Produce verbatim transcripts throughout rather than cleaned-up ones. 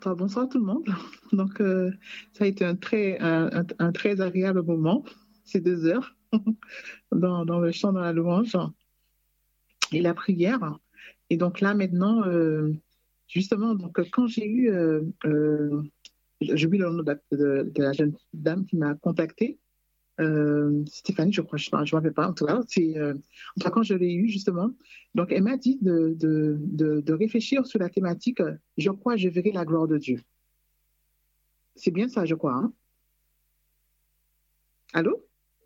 Bonsoir, bonsoir tout le monde. Donc, euh, ça a été un très, un, un- un très agréable moment, ces deux heures, dans, dans le chant, dans la louange et la prière. Et donc là, maintenant, euh, justement, donc, quand j'ai eu, euh, euh, j'oublie le nom de, la de- de la jeune dame qui m'a contactée, euh, Stéphanie, je crois, je ne me rappelle pas, en tout cas, c'est, euh, en tout cas, quand je l'ai eu, justement, donc elle m'a dit de, de, de, de réfléchir sur la thématique, euh, je crois, je verrai la gloire de Dieu. C'est bien ça, je crois, hein? Allô?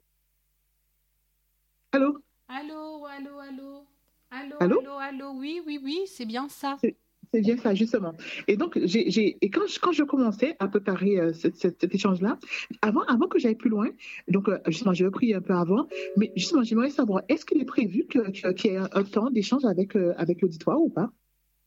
Allô? Allô, allô, allô, allô, Allô? allô, allô, oui, oui, oui, c'est bien ça. C'est c'est bien ça, justement. Et donc, j'ai, j'ai- et quand, je, quand je commençais à préparer euh, cet, cet- cet échange-là, avant, avant que j'aille plus loin, donc euh, justement, j'ai repris un peu avant, mais justement, j'aimerais savoir, est-ce qu'il est prévu que, que- qu'il y ait un, un temps d'échange avec, euh, avec l'auditoire ou pas?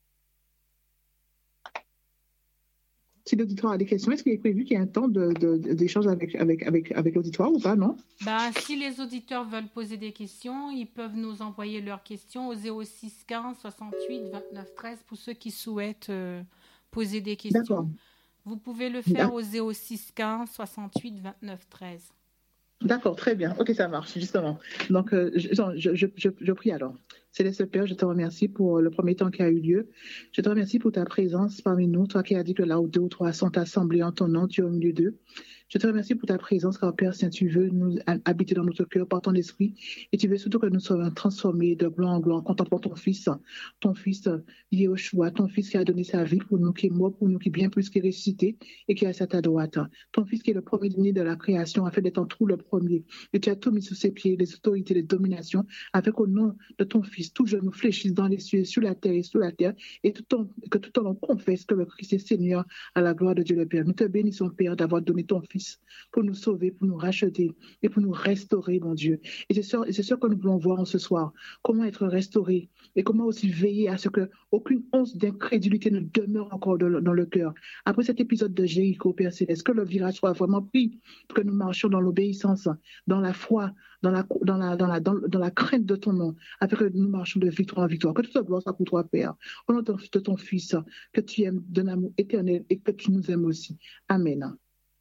Si l'auditoire a des questions, est-ce qu'il est prévu qu'il y ait un temps de, de- d'échange avec, avec, avec, avec l'auditoire ou pas, non? Ben, si les auditeurs veulent poser des questions, ils peuvent nous envoyer leurs questions au zéro six quinze soixante-huit vingt-neuf treize pour ceux qui souhaitent euh, poser des questions. D'accord. Vous pouvez le faire D'ac- au zéro six quinze soixante-huit vingt-neuf treize. D'accord, très bien. Ok, ça marche, justement. Donc, euh, je, je, je, je, je prie alors. Céleste Père, je te remercie pour le premier temps qui a eu lieu. Je te remercie pour ta présence parmi nous, toi qui as dit que là où deux ou trois sont assemblés en ton nom, tu es au milieu d'eux. Je te remercie pour ta présence, car Père Saint, tu veux nous habiter dans notre cœur par ton esprit, et tu veux surtout que nous soyons transformés de gloire en gloire, en contemplant ton Fils, ton Fils Yeshua, ton Fils qui a donné sa vie pour nous, qui est mort pour nous, qui est bien plus qui est ressuscité et qui est à ta droite. Ton Fils qui est le premier-né de la création, afin d'être en tout le premier. Et tu as tout mis sous ses pieds, les autorités, les dominations, avec au nom de ton Fils, tout genou fléchisse dans les cieux, sur la terre et sous la terre, et tout en, que tout le monde confesse que le Christ est Seigneur à la gloire de Dieu le Père. Nous te bénissons, Père, d'avoir donné ton Fils pour nous sauver, pour nous racheter et pour nous restaurer, mon Dieu. Et c'est sûr, et c'est sûr que nous voulons voir en ce soir comment être restaurés et comment aussi veiller à ce que aucune once d'incrédulité ne demeure encore dans le, dans le cœur. Après cet épisode de Jéricho, Père Céleste, que le virage soit vraiment pris, que nous marchions dans l'obéissance, dans la foi, dans la, dans la, dans la, dans, dans la crainte de ton nom, afin que nous marchions de victoire en victoire. Que toute gloire soit pour toi, Père, au nom de de ton Fils, que tu aimes d'un amour éternel et que tu nous aimes aussi. Amen.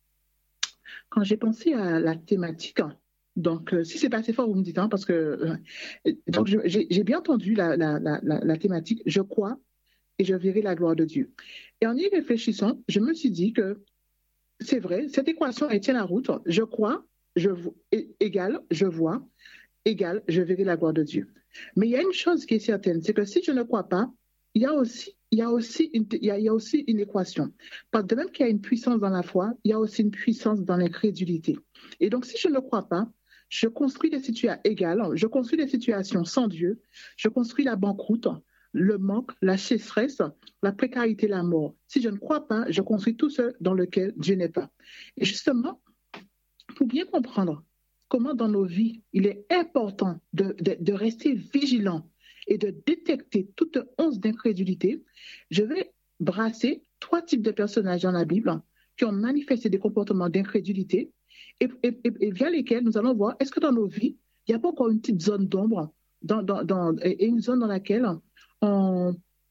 Quand j'ai pensé à la thématique, donc euh, si c'est pas assez fort, vous me dites, hein, parce que euh, donc je- j'ai j'ai bien entendu la, la, la, la, la thématique, je crois et je verrai la gloire de Dieu. Et en y réfléchissant, je me suis dit que c'est vrai, cette équation, elle tient la route. Je crois, je vo- é- égale, je vois, égale, je verrai la gloire de Dieu. Mais il y a une chose qui est certaine, c'est que si je ne crois pas, il y a aussi, il y a aussi une, il y a, il y a aussi une équation. Parce que de même qu'il y a une puissance dans la foi, il y a aussi une puissance dans l'incrédulité. Et donc, si je ne crois pas, je construis des situations égales, je construis des situations sans Dieu, je construis la banqueroute, le manque, la sécheresse, la précarité, la mort. Si je ne crois pas, je construis tout ce dans lequel Dieu n'est pas. Et justement, pour bien comprendre comment dans nos vies, il est important de, de, de rester vigilant et de détecter toute once d'incrédulité, je vais brasser trois types de personnages dans la Bible qui ont manifesté des comportements d'incrédulité et, et, et via lesquels nous allons voir est-ce que dans nos vies, il n'y a pas encore une petite zone d'ombre dans, dans, dans, et une zone dans laquelle on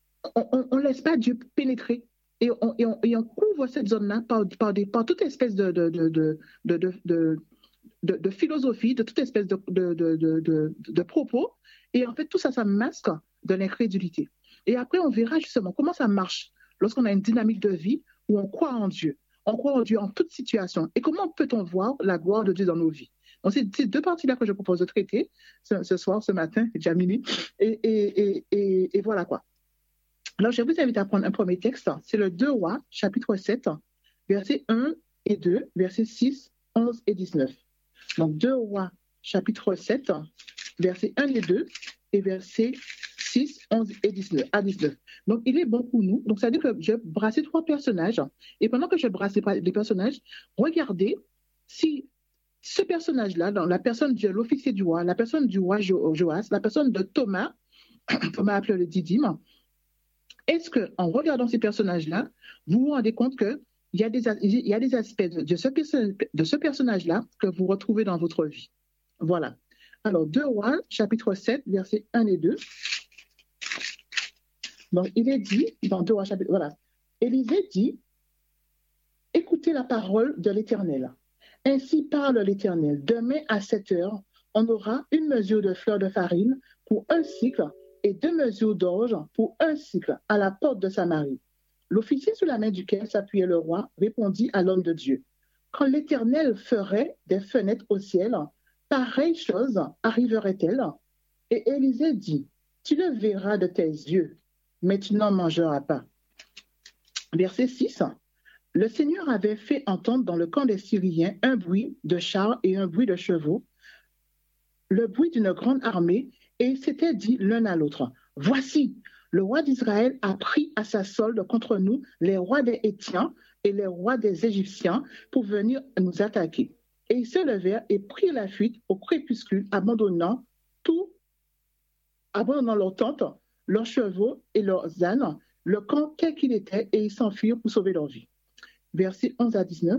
ne laisse pas Dieu pénétrer et on, et on, et on couvre cette zone-là par, par, des, par toute espèce de, de, de, de, de, de, de de, de philosophie, de toute espèce de, de, de, de, de propos. Et en fait, tout ça, ça masque de l'incrédulité. Et après, on verra justement comment ça marche lorsqu'on a une dynamique de vie où on croit en Dieu. On croit en Dieu en toute situation. Et comment peut-on voir la gloire de Dieu dans nos vies? Donc, c'est ces deux parties-là que je propose de traiter ce, ce soir, ce matin, déjà minuit. Et, et, et, et, et voilà quoi. Alors, je vous invite à prendre un premier texte. C'est le deux Rois, chapitre sept, versets un et deux, versets six, onze et dix-neuf. Donc, deux Rois, chapitre sept, versets un et deux, et versets six, onze et dix-neuf, à dix-neuf. Donc, il est bon pour nous. Donc, ça veut dire que je brassais trois personnages. Et pendant que je brassais les personnages, regardez si ce personnage-là, dans la personne de l'officier du roi, la personne du roi jo- Joas, la personne de Thomas, Thomas appelé le Didyme, est-ce qu'en regardant ces personnages-là, vous vous rendez compte que il y a des, il y a des aspects de, de ce, de ce personnage-là que vous retrouvez dans votre vie. Voilà. Alors, deux Rois, chapitre sept, versets un et deux. Donc, il est dit, dans deux Rois, chapitre, voilà. Élisée dit, Écoutez la parole de l'Éternel. Ainsi parle l'Éternel. Demain à sept heures, on aura une mesure de fleur de farine pour un cycle et deux mesures d'orge pour un cycle à la porte de Samarie. L'officier sous la main duquel s'appuyait le roi répondit à l'homme de Dieu. Quand l'Éternel ferait des fenêtres au ciel, pareille chose arriverait-elle? Et Élisée dit, tu le verras de tes yeux, mais tu n'en mangeras pas. Verset six. Le Seigneur avait fait entendre dans le camp des Syriens un bruit de chars et un bruit de chevaux, le bruit d'une grande armée, et ils s'étaient dit l'un à l'autre, voici, le roi d'Israël a pris à sa solde contre nous les rois des Hétiens et les rois des Égyptiens pour venir nous attaquer. Et ils se levèrent et prirent la fuite au crépuscule, abandonnant tout, abandonnant leurs tentes, leurs chevaux et leurs ânes, le camp tel qu'il était, et ils s'enfuirent pour sauver leur vie. Versets onze à dix-neuf.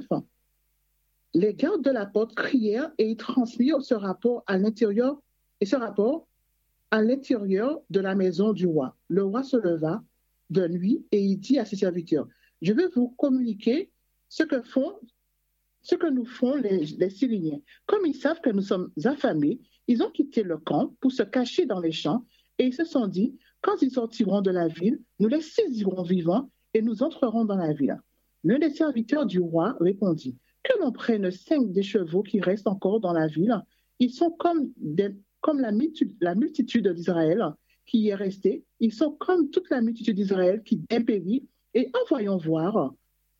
Les gardes de la porte crièrent et ils transmirent ce rapport à l'intérieur, et ce rapport à l'intérieur de la maison du roi. Le roi se leva de nuit et il dit à ses serviteurs, je vais vous communiquer ce que font, ce que nous font les, les Syriens. Comme ils savent que nous sommes affamés, ils ont quitté le camp pour se cacher dans les champs et ils se sont dit, quand ils sortiront de la ville, nous les saisirons vivants et nous entrerons dans la ville. L'un des serviteurs du roi répondit, que l'on prenne cinq des chevaux qui restent encore dans la ville. Ils sont comme, des, comme la, multitude, la multitude d'Israël qui y est restée. Ils sont comme toute la multitude d'Israël qui dépérit. Et envoyons voir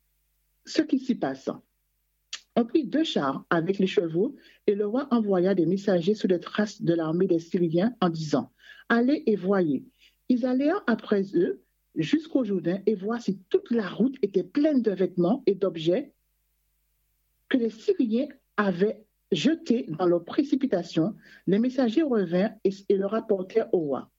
ce qui s'y passe. On prit deux chars avec les chevaux et le roi envoya des messagers sur les traces de l'armée des Syriens en disant, allez et voyez. Ils allèrent après eux jusqu'au Jourdain et voici toute la route était pleine de vêtements et d'objets que les Syriens avaient jetés dans leur précipitation. Les messagers revinrent et, et le rapportèrent au roi.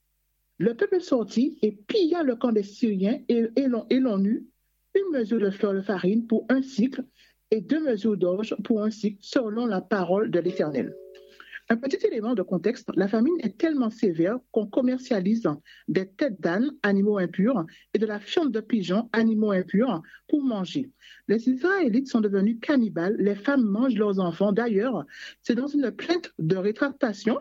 Le peuple sortit et pilla le camp des Syriens et, et, l'on, et l'on eut une mesure de fleur de farine pour un cycle et deux mesures d'orge pour un cycle selon la parole de l'Éternel. Un petit élément de contexte, la famine est tellement sévère qu'on commercialise des têtes d'âne, animaux impurs, et de la fiente de pigeon, animaux impurs, pour manger. Les Israélites sont devenus cannibales, les femmes mangent leurs enfants. D'ailleurs, c'est dans une plainte de rétractation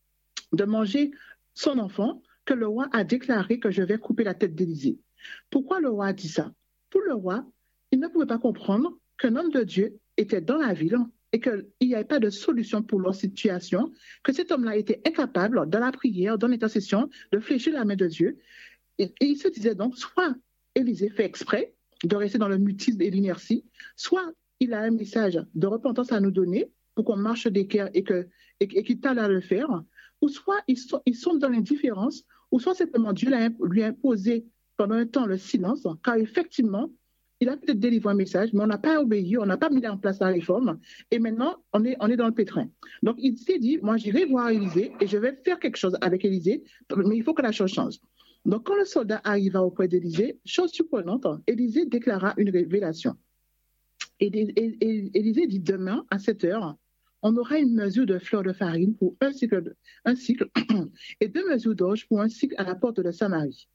de manger son enfant que le roi a déclaré que je vais couper la tête d'Élisée. Pourquoi le roi a dit ça? Pour le roi, il ne pouvait pas comprendre qu'un homme de Dieu était dans la ville et qu'il n'y avait pas de solution pour leur situation, que cet homme-là était incapable, dans la prière, dans l'intercession, de fléchir la main de Dieu. Et, et il se disait donc, soit Élisée fait exprès de rester dans le mutisme et l'inertie, soit il a un message de repentance à nous donner pour qu'on marche d'équerre et, que, et, et qu'il tarde à le faire, ou soit ils sont, ils sont dans l'indifférence, ou soit simplement Dieu l'a, lui a imposé pendant un temps le silence, car effectivement, il a peut-être délivré un message, mais on n'a pas obéi, on n'a pas mis en place la réforme, et maintenant, on est, on est dans le pétrin. Donc, il s'est dit, moi, j'irai voir Élisée, et je vais faire quelque chose avec Élisée, mais il faut que la chose change. Donc, quand le soldat arriva auprès d'Élisée, chose surprenante, Élisée déclara une révélation. Et, et, et Élisée dit, demain, à sept heures, on aura une mesure de fleur de farine pour un cycle, un cycle et deux mesures d'orge pour un cycle à la porte de Samarie.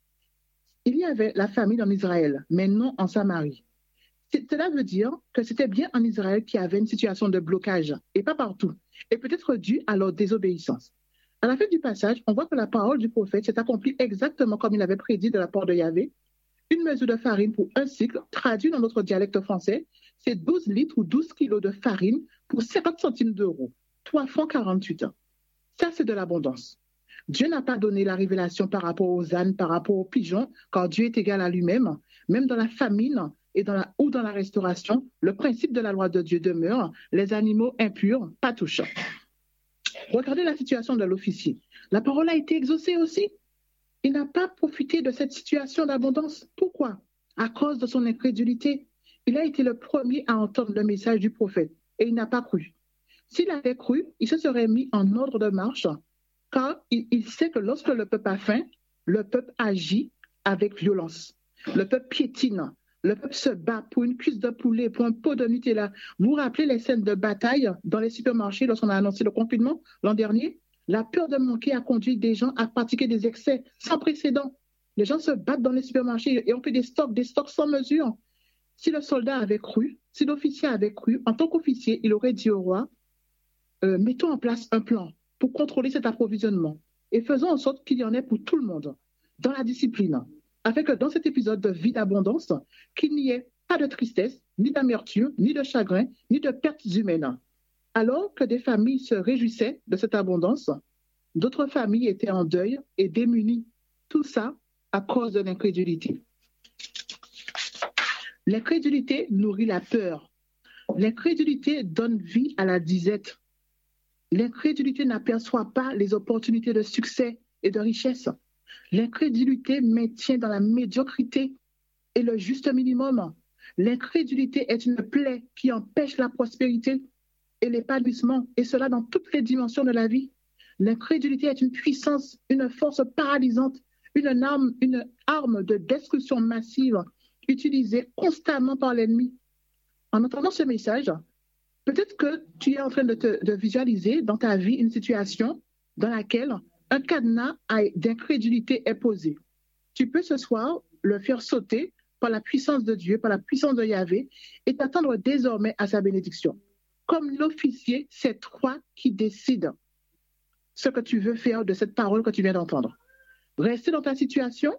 Il y avait la famine en Israël, mais non en Samarie. Cela veut dire que c'était bien en Israël qu'il y avait une situation de blocage, et pas partout, et peut-être dû à leur désobéissance. À la fin du passage, on voit que la parole du prophète s'est accomplie exactement comme il avait prédit de la part de Yahvé. Une mesure de farine pour un cycle, traduit dans notre dialecte français, c'est douze litres ou douze kilos de farine pour cinquante centimes d'euros, trois francs quarante-huit. Ça, c'est de l'abondance. Dieu n'a pas donné la révélation par rapport aux ânes, par rapport aux pigeons, car Dieu est égal à lui-même. Même dans la famine et dans la, ou dans la restauration, le principe de la loi de Dieu demeure, les animaux impurs, pas touchants. Regardez la situation de l'officier. La parole a été exaucée aussi. Il n'a pas profité de cette situation d'abondance. Pourquoi? À cause de son incrédulité. Il a été le premier à entendre le message du prophète et il n'a pas cru. S'il avait cru, il se serait mis en ordre de marche, car il, il sait que lorsque le peuple a faim, le peuple agit avec violence. Le peuple piétine, le peuple se bat pour une cuisse de poulet, pour un pot de Nutella. Vous vous rappelez les scènes de bataille dans les supermarchés lorsqu'on a annoncé le confinement l'an dernier? La peur de manquer a conduit des gens à pratiquer des excès sans précédent. Les gens se battent dans les supermarchés et on fait des stocks, des stocks sans mesure. Si le soldat avait cru, si l'officier avait cru, en tant qu'officier, il aurait dit au roi, euh, mettons en place un plan pour contrôler cet approvisionnement et faisons en sorte qu'il y en ait pour tout le monde, dans la discipline, afin que dans cet épisode de vie d'abondance, qu'il n'y ait pas de tristesse, ni d'amertume, ni de chagrin, ni de pertes humaines. Alors que des familles se réjouissaient de cette abondance, d'autres familles étaient en deuil et démunies. Tout ça à cause de l'incrédulité. L'incrédulité nourrit la peur. L'incrédulité donne vie à la disette. L'incrédulité n'aperçoit pas les opportunités de succès et de richesse. L'incrédulité maintient dans la médiocrité et le juste minimum. L'incrédulité est une plaie qui empêche la prospérité et l'épanouissement, et cela dans toutes les dimensions de la vie. L'incrédulité est une puissance, une force paralysante, une arme, une arme de destruction massive utilisée constamment par l'ennemi. En entendant ce message, peut-être que tu es en train de, te, de visualiser dans ta vie une situation dans laquelle un cadenas d'incrédulité est posé. Tu peux ce soir le faire sauter par la puissance de Dieu, par la puissance de Yahvé, et t'attendre désormais à sa bénédiction. Comme l'officier, c'est toi qui décides ce que tu veux faire de cette parole que tu viens d'entendre. Rester dans ta situation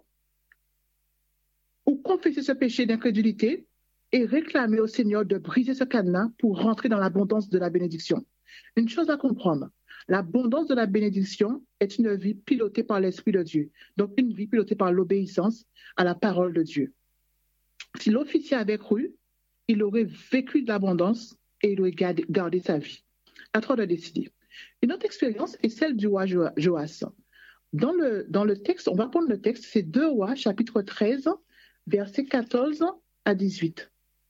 ou confesser ce péché d'incrédulité et réclamer au Seigneur de briser ce cadenas pour rentrer dans l'abondance de la bénédiction. Une chose à comprendre, l'abondance de la bénédiction est une vie pilotée par l'Esprit de Dieu, donc une vie pilotée par l'obéissance à la parole de Dieu. Si l'officier avait cru, il aurait vécu de l'abondance et il aurait gardé, gardé sa vie. À toi de décider. Une autre expérience est celle du roi Joas. Dans le, dans le texte, on va prendre le texte, c'est deux Rois, chapitre treize, versets quatorze à dix-huit.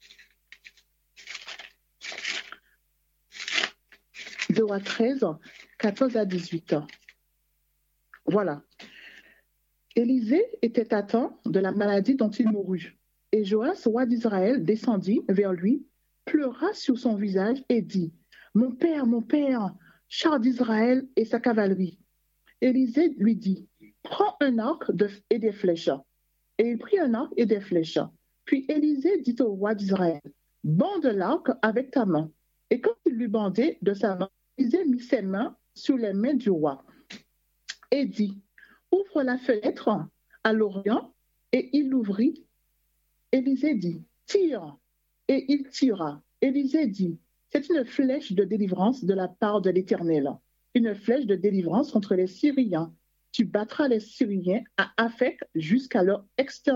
deux Rois treize, quatorze à dix-huit. Voilà. Élisée était atteint de la maladie dont il mourut. Et Joas, roi d'Israël, descendit vers lui, pleura sur son visage et dit, « Mon père, mon père, char d'Israël et sa cavalerie. » Élisée lui dit, « Prends un arc de, et des flèches. » Et il prit un arc et des flèches. Puis Élisée dit au roi d'Israël, « Bande l'arc avec ta main. » Et quand il l'eut bandé de sa main, Élisée mit ses mains sur les mains du roi et dit, « Ouvre la fenêtre à l'orient. » Et il l'ouvrit. Élisée dit, « Tire. » Et il tira. Élisée dit, « C'est une flèche de délivrance de la part de l'Éternel, une flèche de délivrance contre les Syriens. Tu battras les Syriens à Aphek jusqu'à leur extermination. »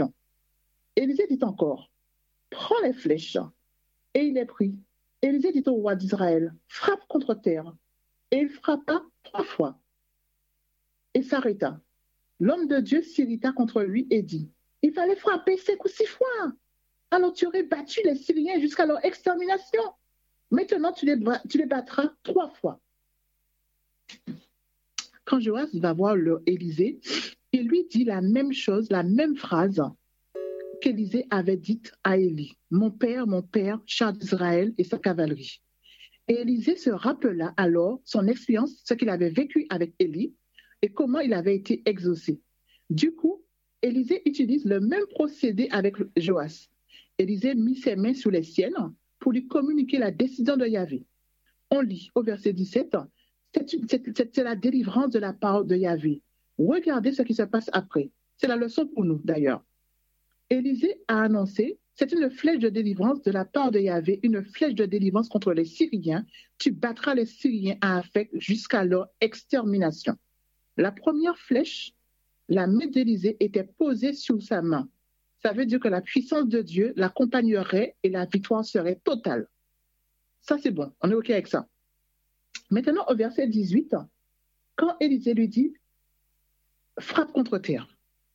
Élisée dit encore, « Prends les flèches. » Et il les prit. Élisée dit au roi d'Israël, « Frappe contre terre. » Et il frappa trois fois et s'arrêta. L'homme de Dieu s'irrita contre lui et dit, « Il fallait frapper cinq ou six fois. Alors tu aurais battu les Syriens jusqu'à leur extermination. Maintenant, tu les, tu les battras trois fois. » Quand Joas va voir le Élisée, il lui dit la même chose, la même phrase qu'Élisée avait dite à Élie. « Mon père, mon père, char d'Israël et sa cavalerie. » Et Élisée se rappela alors son expérience, ce qu'il avait vécu avec Élie et comment il avait été exaucé. Du coup, Élisée utilise le même procédé avec Joas. Élisée mit ses mains sous les siennes pour lui communiquer la décision de Yahvé. On lit au verset dix-sept, c'est, c'est, c'est la délivrance de la parole de Yahvé. Regardez ce qui se passe après. C'est la leçon pour nous d'ailleurs. Élisée a annoncé, c'est une flèche de délivrance de la part de Yahvé, une flèche de délivrance contre les Syriens. Tu battras les Syriens à Aphek jusqu'à leur extermination. La première flèche, la main d'Élisée était posée sur sa main. Ça veut dire que la puissance de Dieu l'accompagnerait et la victoire serait totale. Ça, c'est bon. On est OK avec ça. Maintenant, au verset dix-huit, quand Élisée lui dit « Frappe contre terre »,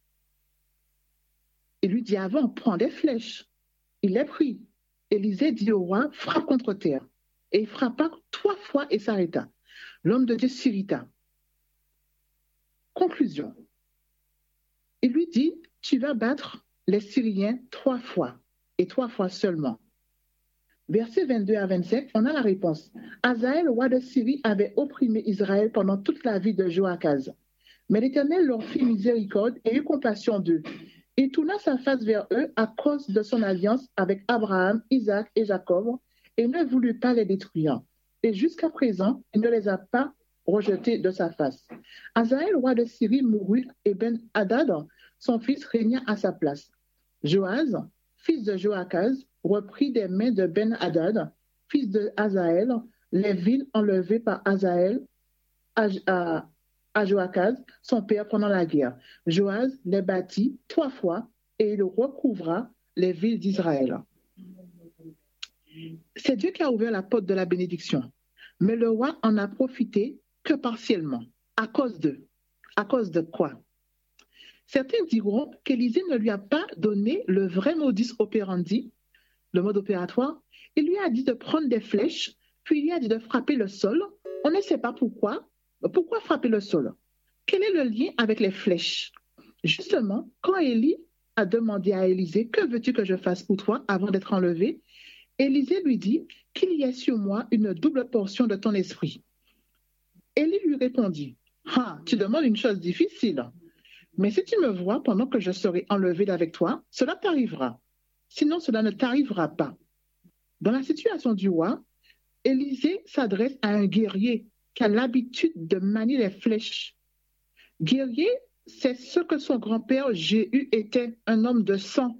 il lui dit avant « Prends des flèches ». Il les prit. Élisée dit au roi « Frappe contre terre ». Et il frappa trois fois et s'arrêta. L'homme de Dieu s'irrita. Conclusion. Il lui dit « Tu vas battre les Syriens trois fois, et trois fois seulement. » Versets vingt-deux à vingt-cinq, on a la réponse. Hazaël, roi de Syrie, avait opprimé Israël pendant toute la vie de Joachaz. Mais l'Éternel leur fit miséricorde et eut compassion d'eux. Il tourna sa face vers eux à cause de son alliance avec Abraham, Isaac et Jacob et ne voulut pas les détruire. Et jusqu'à présent, il ne les a pas rejetés de sa face. Hazaël, roi de Syrie, mourut et Ben-Hadad, son fils, régna à sa place. Joaz, fils de Joachaz, reprit des mains de Ben-Hadad, fils de Hazaël, les villes enlevées par Hazaël à, à, à Joachaz, son père, pendant la guerre. Joaz les bâtit trois fois et il recouvra les villes d'Israël. C'est Dieu qui a ouvert la porte de la bénédiction, mais le roi en a profité que partiellement. À cause de, à cause de quoi? Certains diront qu'Élisée ne lui a pas donné le vrai modus operandi, le mode opératoire. Il lui a dit de prendre des flèches, puis il lui a dit de frapper le sol. On ne sait pas pourquoi. Pourquoi frapper le sol? Quel est le lien avec les flèches? Justement, quand Élie a demandé à Élisée, que veux-tu que je fasse pour toi avant d'être enlevé? Élisée lui dit qu'il y ait sur moi une double portion de ton esprit. Élie lui répondit, ah, tu demandes une chose difficile, mais si tu me vois pendant que je serai enlevé d'avec toi, cela t'arrivera. Sinon, cela ne t'arrivera pas. Dans la situation du roi, Élisée s'adresse à un guerrier qui a l'habitude de manier les flèches. Guerrier, c'est ce que son grand-père Jéhu était, un homme de sang.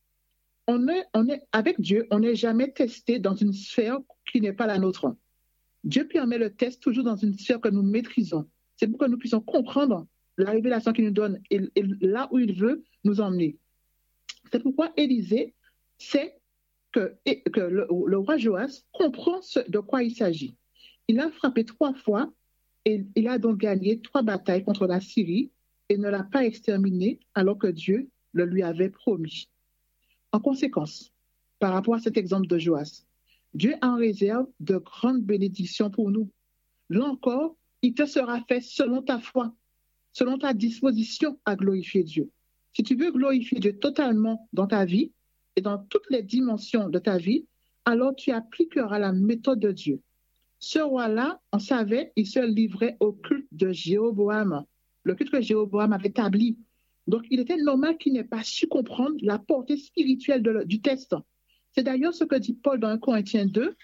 On est, on est, avec Dieu, on n'est jamais testé dans une sphère qui n'est pas la nôtre. Dieu permet le test toujours dans une sphère que nous maîtrisons. C'est pour que nous puissions comprendre la révélation qu'il nous donne et, et là où il veut nous emmener. C'est pourquoi Élisée sait que, et, que le, le roi Joas comprend ce, de quoi il s'agit. Il a frappé trois fois et il a donc gagné trois batailles contre la Syrie et ne l'a pas exterminé alors que Dieu le lui avait promis. En conséquence, par rapport à cet exemple de Joas, Dieu en réserve de grandes bénédictions pour nous. Là encore, il te sera fait selon ta foi, selon ta disposition à glorifier Dieu. Si tu veux glorifier Dieu totalement dans ta vie et dans toutes les dimensions de ta vie, alors tu appliqueras la méthode de Dieu. Ce roi-là, on savait, il se livrait au culte de Jéroboam, le culte que Jéroboam avait établi. Donc, il était normal qu'il n'ait pas su comprendre la portée spirituelle de, du test. C'est d'ailleurs ce que dit Paul dans un Corinthiens deux.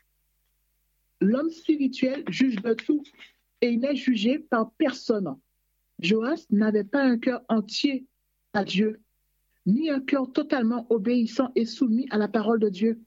L'homme spirituel juge de tout et il n'est jugé par personne. Joas n'avait pas un cœur entier à Dieu, ni un cœur totalement obéissant et soumis à la parole de Dieu.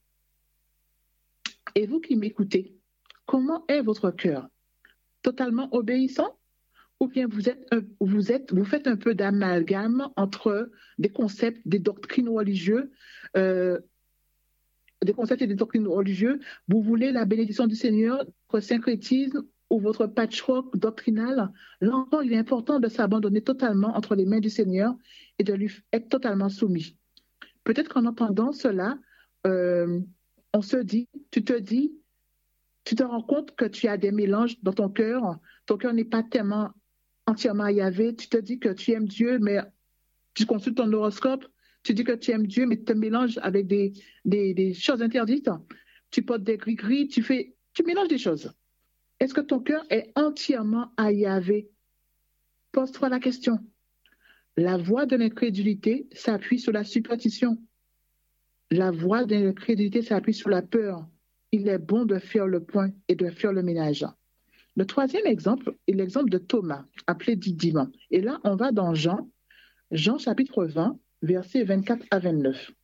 Et vous qui m'écoutez, comment est votre cœur? Totalement obéissant? Ou bien vous, êtes un, vous, êtes, vous faites un peu d'amalgame entre des concepts, des doctrines religieuses, euh, des concepts et des doctrines religieuses. Vous voulez la bénédiction du Seigneur, votre syncrétisme ou votre patchwork doctrinal. Là encore, il est important de s'abandonner totalement entre les mains du Seigneur et de lui être totalement soumis. Peut-être qu'en entendant cela, euh, on se dit, tu te dis, tu te rends compte que tu as des mélanges dans ton cœur. Ton cœur n'est pas tellement entièrement à Yahvé. Tu te dis que tu aimes Dieu, mais tu consultes ton horoscope. Tu dis que tu aimes Dieu, mais tu te mélanges avec des, des, des choses interdites. Tu portes des gris-gris, tu, fais, tu mélanges des choses. Est-ce que ton cœur est entièrement à Yahvé? Pose-toi la question. La voie de l'incrédulité s'appuie sur la superstition. La voie de l'incrédulité s'appuie sur la peur. Il est bon de faire le point et de faire le ménage. Le troisième exemple est l'exemple de Thomas, appelé Didyme. Et là, on va dans Jean, Jean chapitre vingt, versets vingt-quatre à vingt-neuf.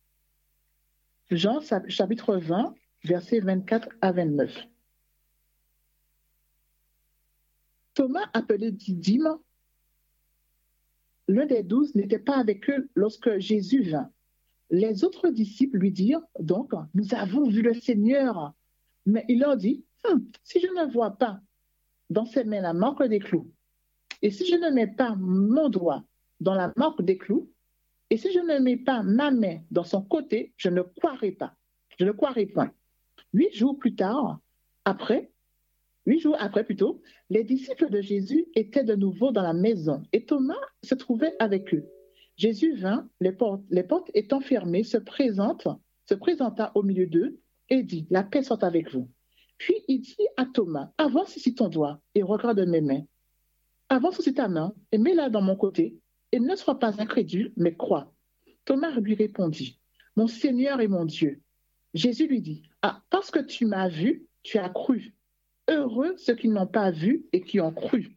Jean chapitre vingt, versets vingt-quatre à vingt-neuf. Thomas, appelé Didyme, l'un des douze, n'était pas avec eux lorsque Jésus vint. Les autres disciples lui dirent donc, nous avons vu le Seigneur. Mais il leur dit, hm, si je ne vois pas dans ses mains la marque des clous, et si je ne mets pas mon doigt dans la marque des clous, et si je ne mets pas ma main dans son côté, je ne croirai pas. Je ne croirai point. Huit jours plus tard, après, huit jours après plutôt, les disciples de Jésus étaient de nouveau dans la maison, et Thomas se trouvait avec eux. Jésus vint, les portes, les portes étant fermées, se, présente, se présenta au milieu d'eux et dit, la paix soit avec vous. Puis il dit à Thomas, avance ici ton doigt et regarde mes mains. Avance aussi ta main et mets-la dans mon côté. Et ne sois pas incrédule, mais crois. Thomas lui répondit, mon Seigneur et mon Dieu. Jésus lui dit, ah, parce que tu m'as vu, tu as cru. Heureux ceux qui n'ont pas vu et qui ont cru.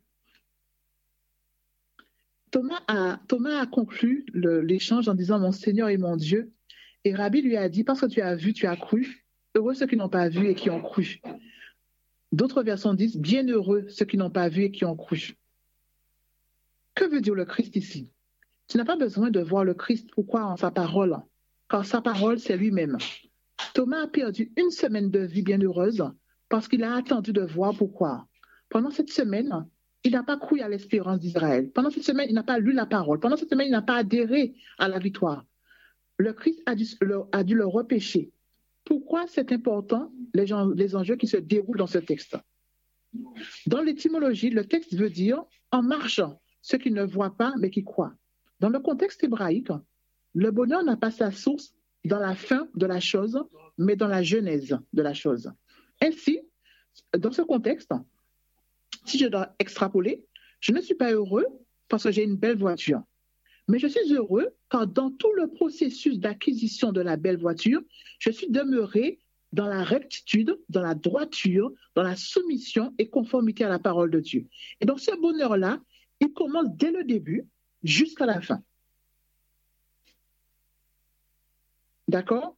Thomas a, Thomas a conclu le, l'échange en disant, mon Seigneur et mon Dieu. Et Rabbi lui a dit, parce que tu as vu, tu as cru. Heureux ceux qui n'ont pas vu et qui ont cru. D'autres versions disent, bienheureux ceux qui n'ont pas vu et qui ont cru. Que veut dire le Christ ici? Tu n'as pas besoin de voir le Christ pour croire en sa parole, car sa parole, c'est lui-même. Thomas a perdu une semaine de vie bienheureuse parce qu'il a attendu de voir pour croire. Pendant cette semaine, il n'a pas cru à l'espérance d'Israël. Pendant cette semaine, il n'a pas lu la parole. Pendant cette semaine, il n'a pas adhéré à la victoire. Le Christ a dû le, a dû le repêcher. Pourquoi c'est important, les, gens, les enjeux qui se déroulent dans ce texte? Dans l'étymologie, le texte veut dire « en marchant », ceux qui ne voient pas mais qui croient. Dans le contexte hébraïque, le bonheur n'a pas sa source dans la fin de la chose, mais dans la genèse de la chose. Ainsi, dans ce contexte, si je dois extrapoler, je ne suis pas heureux parce que j'ai une belle voiture. Mais je suis heureux car dans tout le processus d'acquisition de la belle voiture, je suis demeuré dans la rectitude, dans la droiture, dans la soumission et conformité à la parole de Dieu. Et donc ce bonheur-là, il commence dès le début jusqu'à la fin. D'accord?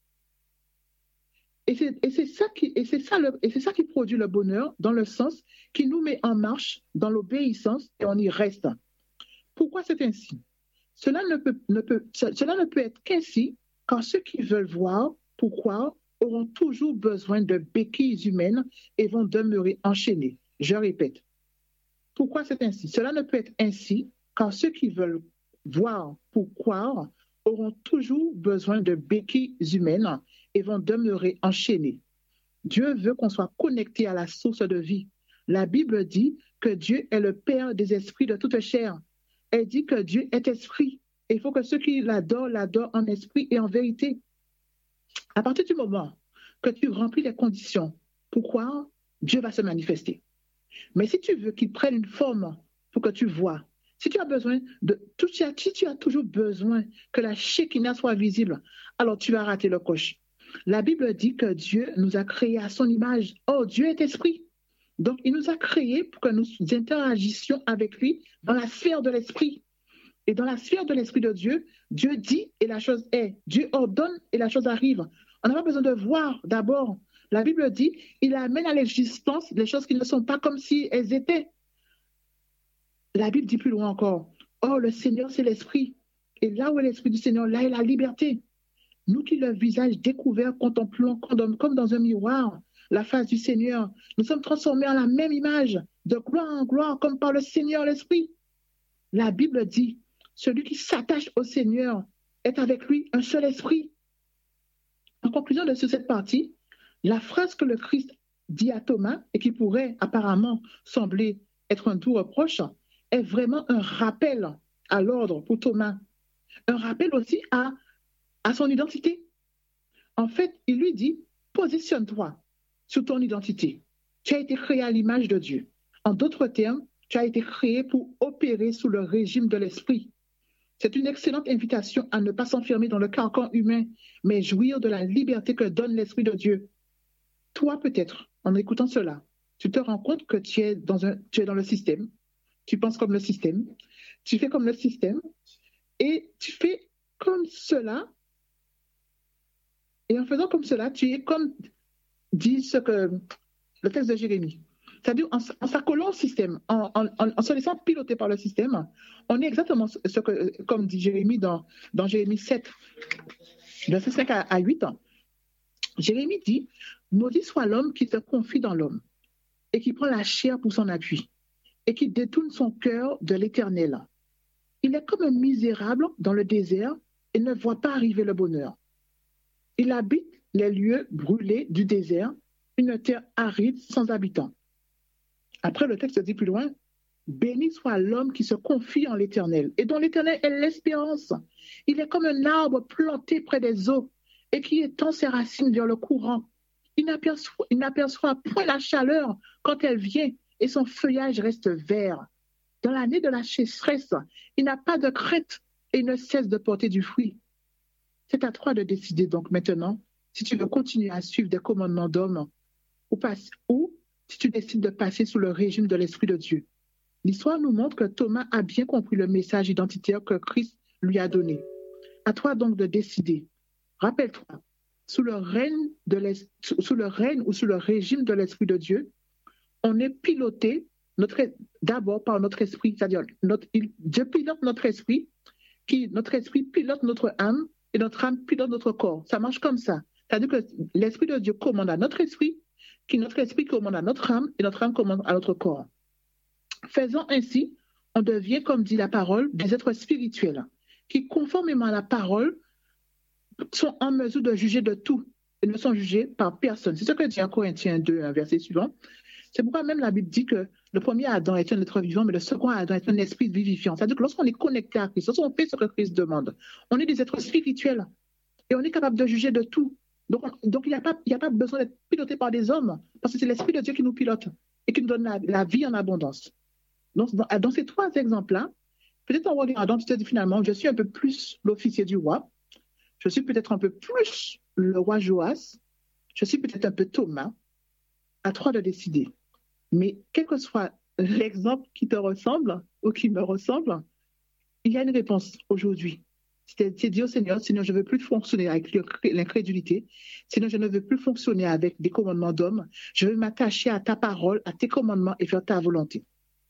Et c'est, et c'est ça qui, et c'est ça le, et c'est ça qui produit le bonheur dans le sens qui nous met en marche dans l'obéissance et on y reste. Pourquoi c'est ainsi? Cela ne peut, ne peut, cela ne peut être qu'ainsi car ceux qui veulent voir pour croire auront toujours besoin de béquilles humaines et vont demeurer enchaînés. Je répète. Pourquoi c'est ainsi? Cela ne peut être ainsi car ceux qui veulent voir pour croire auront toujours besoin de béquilles humaines et vont demeurer enchaînés. Dieu veut qu'on soit connecté à la source de vie. La Bible dit que Dieu est le Père des esprits de toute chair. Elle dit que Dieu est esprit. Et il faut que ceux qui l'adorent, l'adorent en esprit et en vérité. À partir du moment que tu remplis les conditions pour croire, Dieu va se manifester. Mais si tu veux qu'il prenne une forme pour que tu vois, si tu as besoin de, si tu as toujours besoin que la Shekinah soit visible, alors tu vas rater le coche. La Bible dit que Dieu nous a créés à son image. Oh, Dieu est esprit. Donc, il nous a créés pour que nous interagissions avec lui dans la sphère de l'esprit. Et dans la sphère de l'esprit de Dieu, Dieu dit et la chose est. Dieu ordonne et la chose arrive. On n'a pas besoin de voir d'abord. La Bible dit, il amène à l'existence les choses qui ne sont pas comme si elles étaient. La Bible dit plus loin encore, oh, le Seigneur, c'est l'esprit. Et là où est l'esprit du Seigneur, là est la liberté. Nous qui le visage découvert contemplons comme dans un miroir la face du Seigneur, nous sommes transformés en la même image, de gloire en gloire, comme par le Seigneur l'Esprit. La Bible dit, celui qui s'attache au Seigneur est avec lui un seul esprit. En conclusion de cette partie, la phrase que le Christ dit à Thomas, et qui pourrait apparemment sembler être un doux reproche, est vraiment un rappel à l'ordre pour Thomas. Un rappel aussi à, à son identité. En fait, il lui dit, positionne-toi sur ton identité. Tu as été créé à l'image de Dieu. En d'autres termes, tu as été créé pour opérer sous le régime de l'esprit. C'est une excellente invitation à ne pas s'enfermer dans le carcan humain, mais jouir de la liberté que donne l'Esprit de Dieu. Toi, peut-être, en écoutant cela, tu te rends compte que tu es dans, un, tu es dans le système, tu penses comme le système, tu fais comme le système, et tu fais comme cela, et en faisant comme cela, tu es comme dit ce que le texte de Jérémie. C'est-à-dire en, en s'accolant au système, en, en, en se laissant piloter par le système, on est exactement ce que, comme dit Jérémie dans, dans Jérémie sept, versets cinq à huit. Jérémie dit, maudit soit l'homme qui se confie dans l'homme et qui prend la chair pour son appui et qui détourne son cœur de l'Éternel. Il est comme un misérable dans le désert et ne voit pas arriver le bonheur. Il habite les lieux brûlés du désert, une terre aride sans habitants. Après, le texte dit plus loin, béni soit l'homme qui se confie en l'Éternel et dont l'Éternel est l'espérance. Il est comme un arbre planté près des eaux et qui étend ses racines vers le courant. Il n'aperçoit, il n'aperçoit point la chaleur quand elle vient et son feuillage reste vert. dans l'année de la sécheresse, il n'a pas de crainte et il ne cesse de porter du fruit. C'est à toi de décider donc maintenant si tu veux continuer à suivre des commandements d'hommes ou, pas, ou si tu décides de passer sous le régime de l'Esprit de Dieu. L'histoire nous montre que Thomas a bien compris le message identitaire que Christ lui a donné. À toi donc de décider. Rappelle-toi, sous le règne, de sous le règne ou sous le régime de l'Esprit de Dieu, on est piloté d'abord par notre esprit, c'est-à-dire notre, Dieu pilote notre esprit, qui, notre esprit pilote notre âme et notre âme pilote notre corps. Ça marche comme ça. C'est-à-dire que l'Esprit de Dieu commande à notre esprit, qui notre esprit commande à notre âme et notre âme commande à notre corps. Faisant ainsi, on devient, comme dit la parole, des êtres spirituels qui, conformément à la parole, sont en mesure de juger de tout et ne sont jugés par personne. C'est ce que dit en Corinthiens deux, un verset suivant. C'est pourquoi même la Bible dit que le premier Adam est un être vivant, mais le second Adam est un esprit vivifiant. C'est-à-dire que lorsqu'on est connecté à Christ, lorsqu'on fait ce que Christ demande, on est des êtres spirituels et on est capable de juger de tout. Donc, donc il n'y a, a pas besoin d'être piloté par des hommes, parce que c'est l'Esprit de Dieu qui nous pilote et qui nous donne la, la vie en abondance. Donc, dans, dans ces trois exemples-là, peut-être en regardant, tu te dis finalement, je suis un peu plus l'officier du roi, je suis peut-être un peu plus le roi Joas, je suis peut-être un peu Thomas, à toi de décider. Mais quel que soit l'exemple qui te ressemble ou qui me ressemble, il y a une réponse aujourd'hui. C'est dire au Seigneur, Seigneur, je ne veux plus fonctionner avec l'incrédulité, Seigneur, je ne veux plus fonctionner avec des commandements d'hommes, je veux m'attacher à ta parole, à tes commandements et faire ta volonté.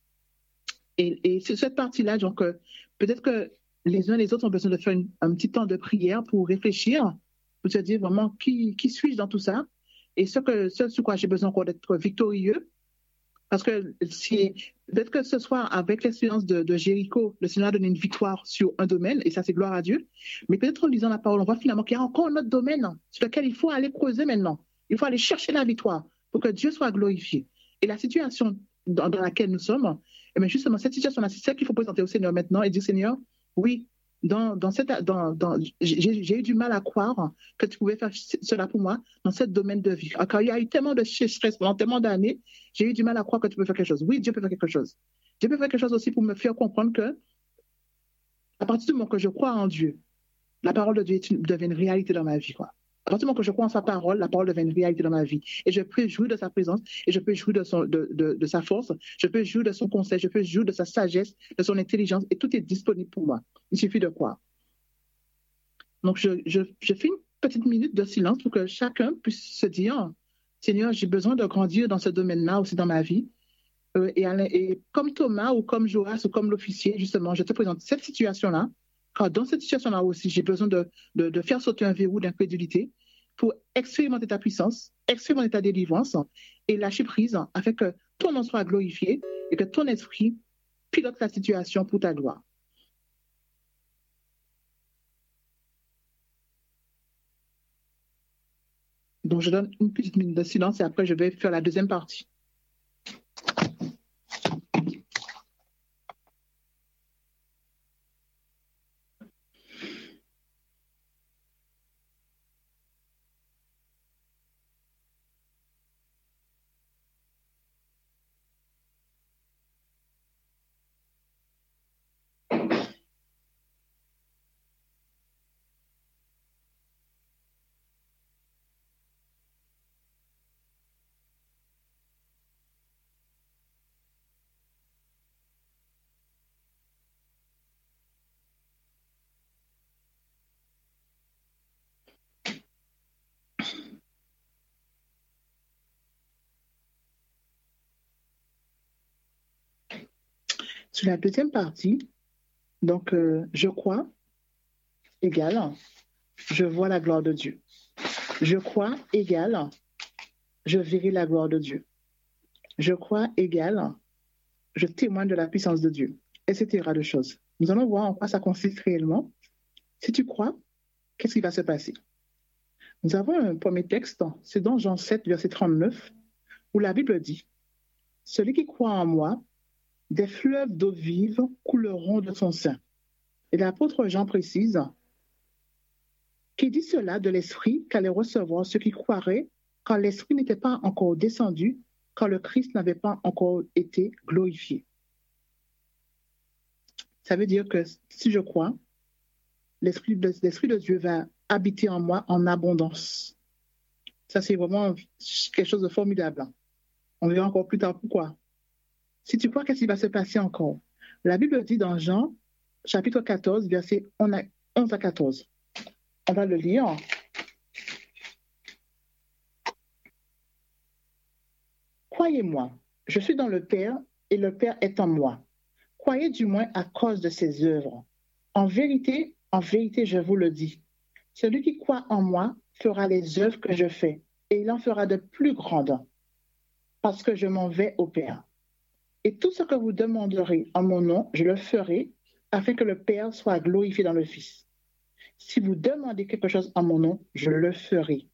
Et, et c'est cette partie-là, donc euh, peut-être que les uns et les autres ont besoin de faire une, un petit temps de prière pour réfléchir, pour se dire vraiment qui, qui suis-je dans tout ça, et ce, que, ce sur quoi j'ai besoin encore d'être victorieux. Parce que si, peut-être que ce soit avec l'expérience de, de Jéricho, le Seigneur a donné une victoire sur un domaine, et ça c'est gloire à Dieu, mais peut-être en lisant la parole, on voit finalement qu'il y a encore un autre domaine sur lequel il faut aller creuser maintenant. Il faut aller chercher la victoire pour que Dieu soit glorifié. Et la situation dans, dans laquelle nous sommes, et bien justement, cette situation-là, c'est celle qu'il faut présenter au Seigneur maintenant et dire, Seigneur, oui, dans, dans cette, dans, dans, j'ai, j'ai eu du mal à croire que tu pouvais faire cela pour moi dans ce domaine de vie. Car il y a eu tellement de stress pendant tellement d'années, j'ai eu du mal à croire que tu peux faire quelque chose. Oui, Dieu peut faire quelque chose. Dieu peut faire quelque chose aussi pour me faire comprendre que, à partir du moment que je crois en Dieu, la parole de Dieu devient une réalité dans ma vie, quoi. À partir du moment que je crois en sa parole, la parole devient une réalité dans ma vie. Et je peux jouir de sa présence, et je peux jouir de, son, de, de, de sa force, je peux jouir de son conseil, je peux jouir de sa sagesse, de son intelligence, et tout est disponible pour moi. Il suffit de croire. Donc, je, je, je fais une petite minute de silence pour que chacun puisse se dire, Seigneur, j'ai besoin de grandir dans ce domaine-là aussi dans ma vie. Euh, et, et comme Thomas ou comme Joas ou comme l'officier, justement, je te présente cette situation-là. Car dans cette situation-là aussi, j'ai besoin de, de, de faire sauter un verrou d'incrédulité pour expérimenter ta puissance, expérimenter ta délivrance et lâcher prise afin que ton nom soit glorifié et que ton esprit pilote la situation pour ta gloire. Donc, je donne une petite minute de silence et après, je vais faire la deuxième partie. Sur la deuxième partie, donc, euh, je crois, égale, je vois la gloire de Dieu. Je crois, égale, je verrai la gloire de Dieu. Je crois, égale, je témoigne de la puissance de Dieu, et cetera de choses. Nous allons voir en quoi ça consiste réellement. Si tu crois, qu'est-ce qui va se passer? Nous avons un premier texte, c'est dans Jean sept, verset trente-neuf, où la Bible dit « Celui qui croit en moi, des fleuves d'eau vive couleront de son sein. » Et l'apôtre Jean précise qu'il dit cela de l'Esprit qu'allait recevoir ceux qui croiraient quand l'Esprit n'était pas encore descendu, quand le Christ n'avait pas encore été glorifié. Ça veut dire que si je crois, l'Esprit de, l'Esprit de Dieu va habiter en moi en abondance. Ça, c'est vraiment quelque chose de formidable. On verra encore plus tard pourquoi. Si tu crois, qu'est-ce qui va se passer encore? La Bible dit dans Jean, chapitre quatorze, versets onze à quatorze. On va le lire. Croyez-moi, je suis dans le Père et le Père est en moi. Croyez du moins à cause de ses œuvres. En vérité, en vérité, je vous le dis, celui qui croit en moi fera les œuvres que je fais, et il en fera de plus grandes, parce que je m'en vais au Père. Et tout ce que vous demanderez en mon nom, je le ferai, afin que le Père soit glorifié dans le Fils. Si vous demandez quelque chose en mon nom, je le ferai.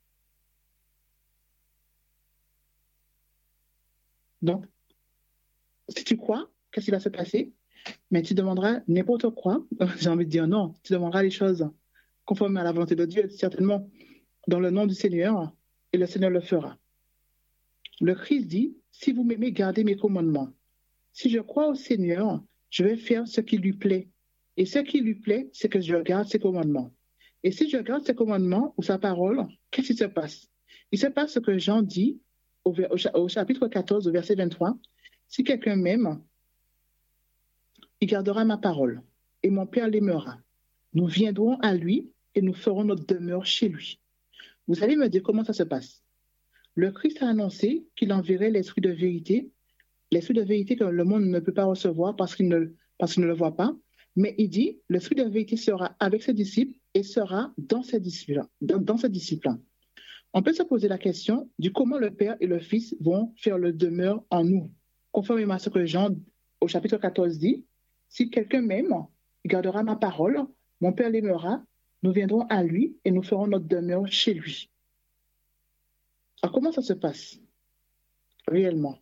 Donc, si tu crois, qu'est-ce qui va se passer? Mais tu demanderas n'importe quoi. J'ai envie de dire non. Tu demanderas les choses conformes à la volonté de Dieu, certainement dans le nom du Seigneur, et le Seigneur le fera. Le Christ dit, si vous m'aimez, gardez mes commandements. Si je crois au Seigneur, je vais faire ce qui lui plaît. Et ce qui lui plaît, c'est que je garde ses commandements. Et si je garde ses commandements ou sa parole, qu'est-ce qui se passe? Il se passe ce que Jean dit au, au chapitre quatorze, au verset vingt-trois. Si quelqu'un m'aime, il gardera ma parole, et mon Père l'aimera. Nous viendrons à lui et nous ferons notre demeure chez lui. Vous allez me dire comment ça se passe. Le Christ a annoncé qu'il enverrait l'Esprit de vérité, l'Esprit de vérité que le monde ne peut pas recevoir parce qu'il ne, parce qu'il ne le voit pas, mais il dit, l'Esprit de vérité sera avec ses disciples et sera dans ses disciples. Dans, dans ses disciples. On peut se poser la question du comment le Père et le Fils vont faire le demeure en nous. Conformément à ce que Jean, au chapitre quatorze, dit, si quelqu'un m'aime, il gardera ma parole, mon Père l'aimera, nous viendrons à lui et nous ferons notre demeure chez lui. Alors, comment ça se passe réellement?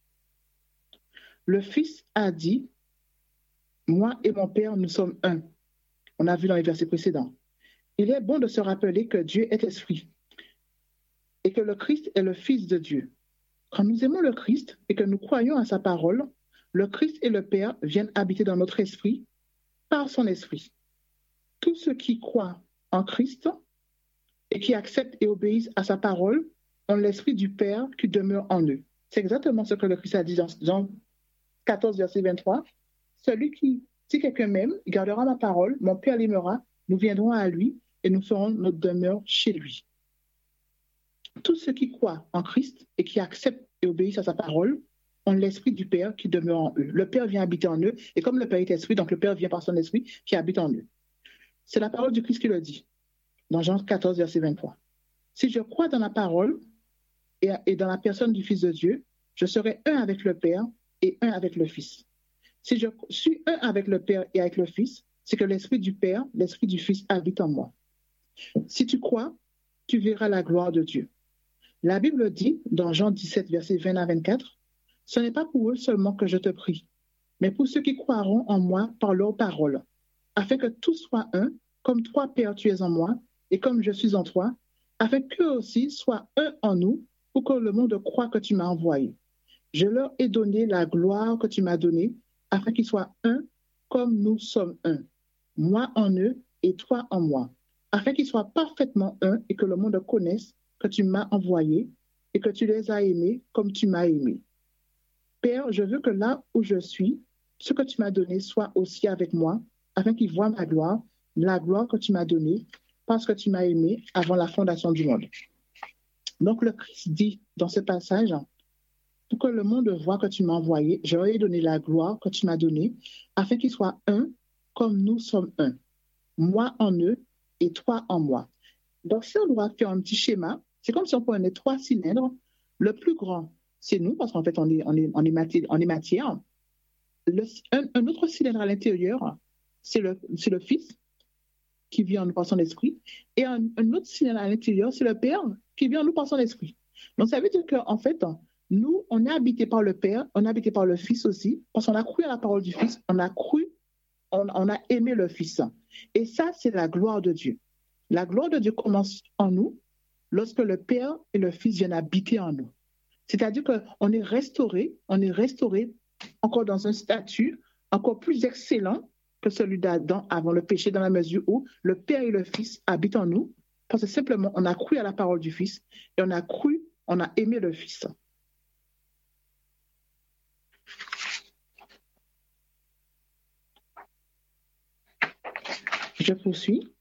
Le Fils a dit, moi et mon Père, nous sommes un. On a vu dans les versets précédents. Il est bon de se rappeler que Dieu est esprit et que le Christ est le Fils de Dieu. Quand nous aimons le Christ et que nous croyons à sa parole, le Christ et le Père viennent habiter dans notre esprit par son esprit. Tous ceux qui croient en Christ et qui acceptent et obéissent à sa parole ont l'esprit du Père qui demeure en eux. C'est exactement ce que le Christ a dit dans Jean quatorze, verset vingt-trois. Celui qui, si quelqu'un m'aime, il gardera ma parole, mon Père l'aimera, nous viendrons à lui et nous ferons notre demeure chez lui. Tous ceux qui croient en Christ et qui acceptent et obéissent à sa parole ont l'esprit du Père qui demeure en eux. Le Père vient habiter en eux, et comme le Père est esprit, donc le Père vient par son esprit qui habite en eux. C'est la parole du Christ qui le dit, dans Jean quatorze, verset vingt-trois. Si je crois dans la parole et, et dans la personne du Fils de Dieu, je serai un avec le Père et un avec le Fils. Si je suis un avec le Père et avec le Fils, c'est que l'esprit du Père, l'esprit du Fils habite en moi. Si tu crois, tu verras la gloire de Dieu. La Bible dit, dans Jean dix-sept, versets vingt à vingt-quatre, « Ce n'est pas pour eux seulement que je te prie, mais pour ceux qui croiront en moi par leur parole, afin que tous soient un, comme toi, Père, tu es en moi, et comme je suis en toi, afin qu'eux aussi soient un en nous, pour que le monde croie que tu m'as envoyé. Je leur ai donné la gloire que tu m'as donnée, afin qu'ils soient un, comme nous sommes un, moi en eux et toi en moi, afin qu'ils soient parfaitement un et que le monde connaisse que tu m'as envoyé et que tu les as aimés comme tu m'as aimé. Père, je veux que là où je suis, ce que tu m'as donné soit aussi avec moi, afin qu'ils voient ma gloire, la gloire que tu m'as donnée, parce que tu m'as aimé avant la fondation du monde. » Donc le Christ dit dans ce passage, pour que le monde voit que tu m'as envoyé, je leur ai donné la gloire que tu m'as donnée, afin qu'ils soient un comme nous sommes un, moi en eux et toi en moi. Donc si on doit faire un petit schéma, c'est comme si on prenait trois cylindres. Le plus grand, c'est nous, parce qu'en fait, on est, on est, on est matière. On est matière. Le, un, un autre cylindre à l'intérieur, c'est le, c'est le Fils qui vit en nous par son esprit. Et un, un autre cylindre à l'intérieur, c'est le Père qui vit en nous par son esprit. Donc ça veut dire qu'en fait, nous, on est habité par le Père, on est habité par le Fils aussi, parce qu'on a cru à la parole du Fils, on a cru, on, on a aimé le Fils. Et ça, c'est la gloire de Dieu. La gloire de Dieu commence en nous lorsque le Père et le Fils viennent habiter en nous. C'est-à-dire qu'on est restauré, on est restauré encore dans un statut encore plus excellent que celui d'Adam avant le péché, dans la mesure où le Père et le Fils habitent en nous, parce que simplement on a cru à la parole du Fils et on a cru, on a aimé le Fils. Je poursuis.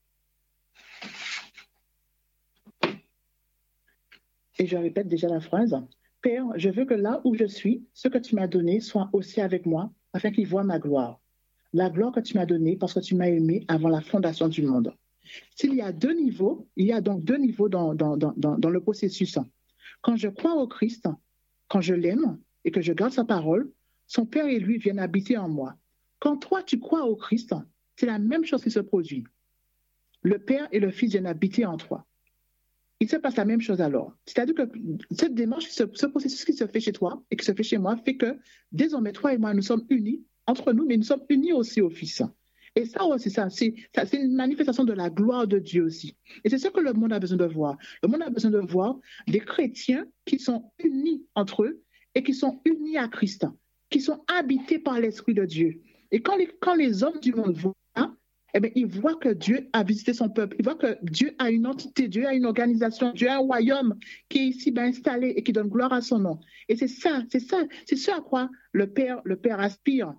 Et je répète déjà la phrase. Père, je veux que là où je suis, ce que tu m'as donné soit aussi avec moi, afin qu'il voie ma gloire. La gloire que tu m'as donnée parce que tu m'as aimé avant la fondation du monde. S'il y a deux niveaux, il y a donc deux niveaux dans, dans, dans, dans le processus. Quand je crois au Christ, quand je l'aime et que je garde sa parole, son Père et lui viennent habiter en moi. Quand toi, tu crois au Christ, c'est la même chose qui se produit. Le Père et le Fils viennent habiter en toi. Il se passe la même chose alors. C'est-à-dire que cette démarche, ce, ce processus qui se fait chez toi et qui se fait chez moi fait que désormais, toi et moi, nous sommes unis entre nous, mais nous sommes unis aussi au Fils. Et ça aussi, ça, c'est, ça, c'est une manifestation de la gloire de Dieu aussi. Et c'est ce que le monde a besoin de voir. Le monde a besoin de voir des chrétiens qui sont unis entre eux et qui sont unis à Christ, qui sont habités par l'Esprit de Dieu. Et quand les, quand les hommes du monde voient ça, eh bien, ils voient que Dieu a visité son peuple. Ils voient que Dieu a une entité, Dieu a une organisation, Dieu a un royaume qui est ici ben, installé et qui donne gloire à son nom. Et c'est ça, c'est ça, c'est ce à quoi le Père, le Père aspire.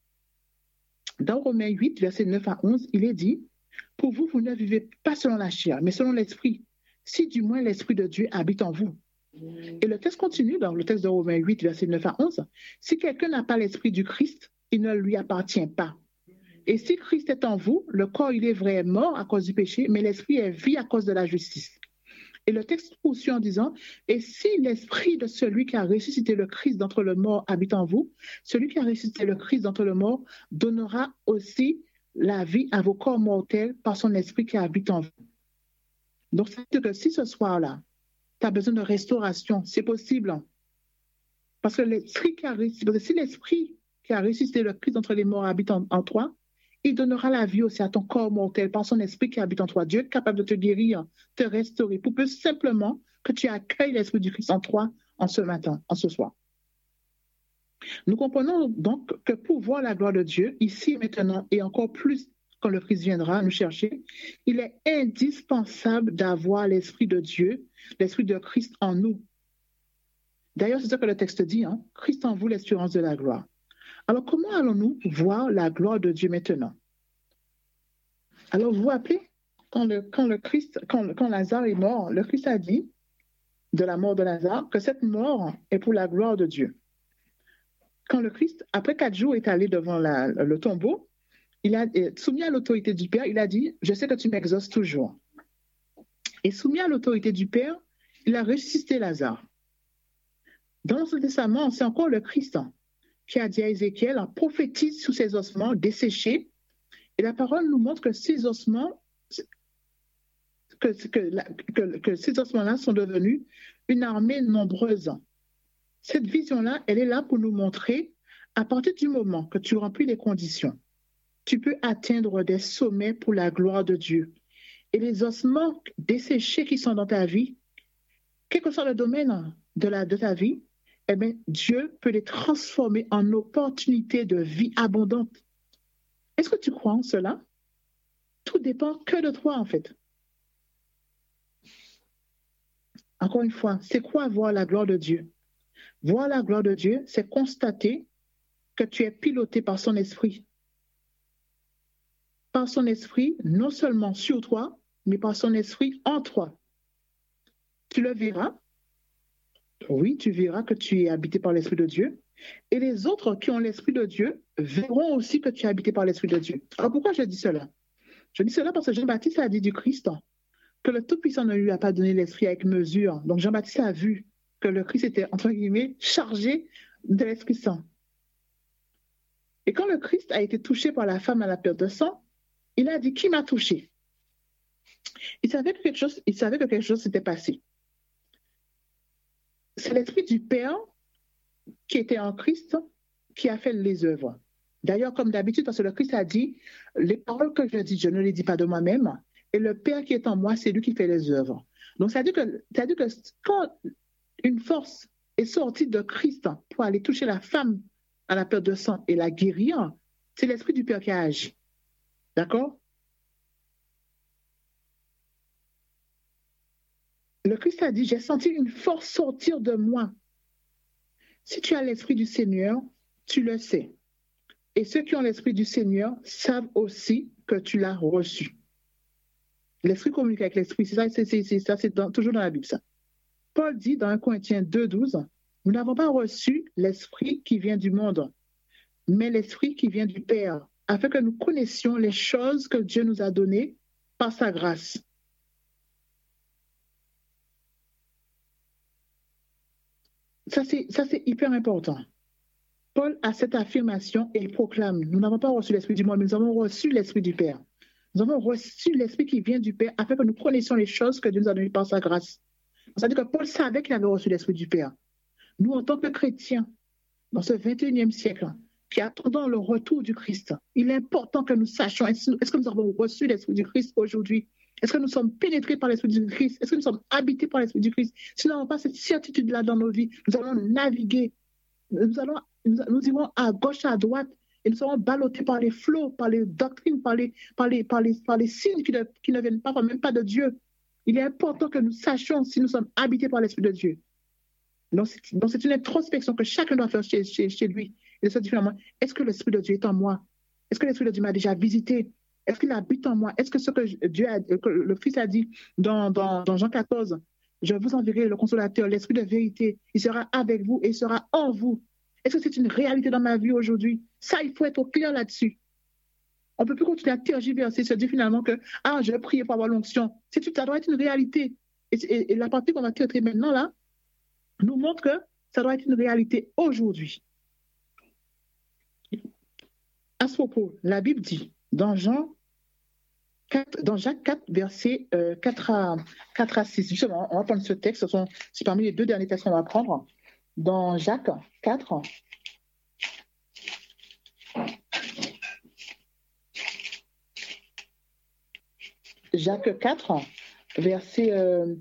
Dans Romains huit, versets neuf à onze, il est dit « Pour vous, vous ne vivez pas selon la chair, mais selon l'Esprit, si du moins l'Esprit de Dieu habite en vous. » Et le texte continue dans le texte de Romains huit, versets neuf à onze. « Si quelqu'un n'a pas l'Esprit du Christ, il ne lui appartient pas. Et si Christ est en vous, le corps, il est vrai, mort à cause du péché, mais l'Esprit est vie à cause de la justice. » Et le texte poursuit en disant « Et si l'esprit de celui qui a ressuscité le Christ d'entre les morts habite en vous, celui qui a ressuscité le Christ d'entre les morts donnera aussi la vie à vos corps mortels par son esprit qui habite en vous. » Donc, c'est que si ce soir-là, tu as besoin de restauration, c'est possible. Parce que l'esprit qui a ressuscité, si l'esprit qui a ressuscité le Christ d'entre les morts habite en, en toi, il donnera la vie aussi à ton corps mortel par son esprit qui habite en toi. Dieu est capable de te guérir, te restaurer, pour que simplement que tu accueilles l'esprit du Christ en toi en ce matin, en ce soir. Nous comprenons donc que pour voir la gloire de Dieu, ici et maintenant, et encore plus quand le Christ viendra nous chercher, il est indispensable d'avoir l'esprit de Dieu, l'esprit de Christ en nous. D'ailleurs, c'est ce que le texte dit, hein? Christ en vous, l'espérance de la gloire. Alors, comment allons-nous voir la gloire de Dieu maintenant? Alors, vous vous rappelez, quand, le, quand, le Christ, quand, quand Lazare est mort, le Christ a dit de la mort de Lazare que cette mort est pour la gloire de Dieu. Quand le Christ, après quatre jours, est allé devant la, le tombeau, il a, soumis à l'autorité du Père, il a dit « Je sais que tu m'exauces toujours ». Et soumis à l'autorité du Père, il a ressuscité Lazare. Dans l'Ancien Testament, c'est encore le Christ qui a dit à Ézéchiel, prophétise sur ces ossements desséchés. Et la parole nous montre que ces ossements, que, que, que, que ces ossements-là sont devenus une armée nombreuse. Cette vision-là, elle est là pour nous montrer, à partir du moment que tu remplis les conditions, tu peux atteindre des sommets pour la gloire de Dieu. Et les ossements desséchés qui sont dans ta vie, quel que soit le domaine de, la, de ta vie, eh bien, Dieu peut les transformer en opportunités de vie abondante. Est-ce que tu crois en cela? Tout dépend que de toi, en fait. Encore une fois, c'est quoi voir la gloire de Dieu? Voir la gloire de Dieu, c'est constater que tu es piloté par son esprit. Par son esprit, non seulement sur toi, mais par son esprit en toi. Tu le verras. Oui, tu verras que tu es habité par l'Esprit de Dieu. Et les autres qui ont l'Esprit de Dieu verront aussi que tu es habité par l'Esprit de Dieu. Alors pourquoi je dis cela? Je dis cela parce que Jean-Baptiste a dit du Christ que le Tout-Puissant ne lui a pas donné l'Esprit avec mesure. Donc Jean-Baptiste a vu que le Christ était, entre guillemets, chargé de l'Esprit Saint. Et quand le Christ a été touché par la femme à la perte de sang, il a dit « Qui m'a touché ?» Il savait que quelque chose, il savait que quelque chose s'était passé. C'est l'Esprit du Père qui était en Christ qui a fait les œuvres. D'ailleurs, comme d'habitude, parce que le Christ a dit, les paroles que je dis, je ne les dis pas de moi-même, et le Père qui est en moi, c'est lui qui fait les œuvres. Donc, ça veut dire que, ça veut dire que quand une force est sortie de Christ pour aller toucher la femme à la perte de sang et la guérir, C'est l'Esprit du Père qui a agi. D'accord? Le Christ a dit, j'ai senti une force sortir de moi. Si tu as l'Esprit du Seigneur, tu le sais. Et ceux qui ont l'Esprit du Seigneur savent aussi que tu l'as reçu. L'Esprit communique avec l'Esprit, c'est ça, c'est, c'est, c'est, ça, c'est dans, toujours dans la Bible, ça. Paul dit dans un Corinthiens deux, douze, nous n'avons pas reçu l'Esprit qui vient du monde, mais l'Esprit qui vient du Père, afin que nous connaissions les choses que Dieu nous a données par sa grâce. Ça, c'est, ça, c'est hyper important. Paul a cette affirmation et il proclame, nous n'avons pas reçu l'Esprit du monde, mais nous avons reçu l'Esprit du Père. Nous avons reçu l'Esprit qui vient du Père afin que nous connaissions les choses que Dieu nous a données par sa grâce. C'est-à-dire que Paul savait qu'il avait reçu l'Esprit du Père. Nous, en tant que chrétiens, dans ce vingt et unième siècle, qui attendons le retour du Christ, il est important que nous sachions, est-ce que nous avons reçu l'Esprit du Christ aujourd'hui? Est-ce que nous sommes pénétrés par l'Esprit du Christ? Est-ce que nous sommes habités par l'Esprit du Christ? Si nous n'avons pas cette certitude-là dans nos vies, nous allons naviguer, nous, allons, nous, nous irons à gauche, à droite, et nous serons ballottés par les flots, par les doctrines, par les, par les, par les, par les signes qui ne, qui ne viennent pas, même pas de Dieu. Il est important que nous sachions si nous sommes habités par l'Esprit de Dieu. Donc, c'est, donc, c'est une introspection que chacun doit faire chez, chez, chez lui. Et de se dire finalement, est-ce que l'Esprit de Dieu est en moi? Est-ce que l'Esprit de Dieu m'a déjà visité? Est-ce qu'il habite en moi? Est-ce que ce que Dieu a, que le Christ a dit dans, dans, dans Jean quatorze, je vous enverrai le consolateur, l'Esprit de vérité, il sera avec vous et il sera en vous. Est-ce que c'est une réalité dans ma vie aujourd'hui? Ça, il faut être au clair là-dessus. On ne peut plus continuer à tergiverser, se dire finalement que ah, je vais prier pour avoir l'onction. C'est, ça doit être une réalité. Et, et, et la partie qu'on va traiter maintenant là nous montre que ça doit être une réalité aujourd'hui. À ce propos, la Bible dit dans Jean quatre, dans Jacques quatre, versets euh, quatre à six, justement, on va prendre ce texte, ce sont, c'est parmi les deux derniers textes qu'on va prendre. Dans Jacques quatre, Jacques quatre, versets euh,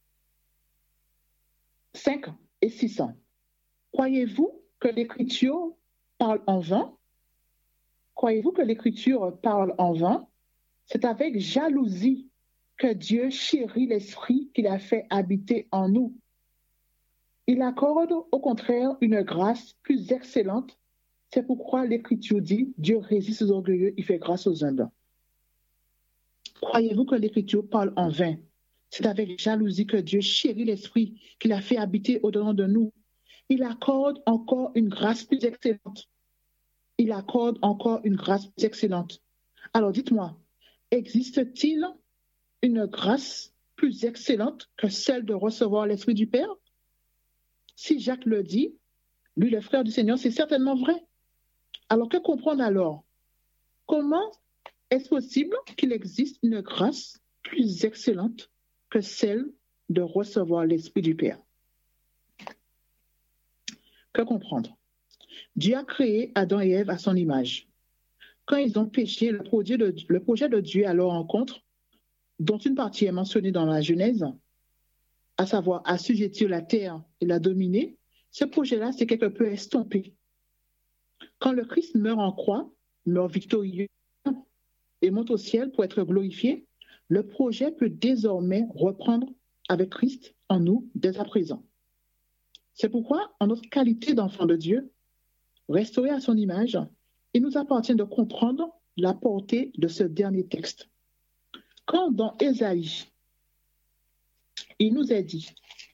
cinq et six. Croyez-vous que l'Écriture parle en vain? Croyez-vous que l'Écriture parle en vain? C'est avec jalousie que Dieu chérit l'Esprit qu'il a fait habiter en nous. Il accorde au contraire une grâce plus excellente. C'est pourquoi l'Écriture dit, Dieu résiste aux orgueilleux, il fait grâce aux humbles. Croyez-vous que l'Écriture parle en vain? C'est avec jalousie que Dieu chérit l'Esprit qu'il a fait habiter au-dedans de nous. Il accorde encore une grâce plus excellente. Il accorde encore une grâce plus excellente. Alors dites-moi, existe-t-il une grâce plus excellente que celle de recevoir l'Esprit du Père? Si Jacques le dit, lui, le frère du Seigneur, c'est certainement vrai. Alors que comprendre alors? Comment est-ce possible qu'il existe une grâce plus excellente que celle de recevoir l'Esprit du Père? Que comprendre? Dieu a créé Adam et Ève à son image. Quand ils ont péché, le projet de, le projet de Dieu à leur rencontre, dont une partie est mentionnée dans la Genèse, à savoir assujettir la terre et la dominer, ce projet-là s'est quelque peu estompé. Quand le Christ meurt en croix, meurt victorieux et monte au ciel pour être glorifié, le projet peut désormais reprendre avec Christ en nous dès à présent. C'est pourquoi, en notre qualité d'enfant de Dieu, restauré à son image, il nous appartient de comprendre la portée de ce dernier texte. Quand dans Ésaïe, il nous est dit,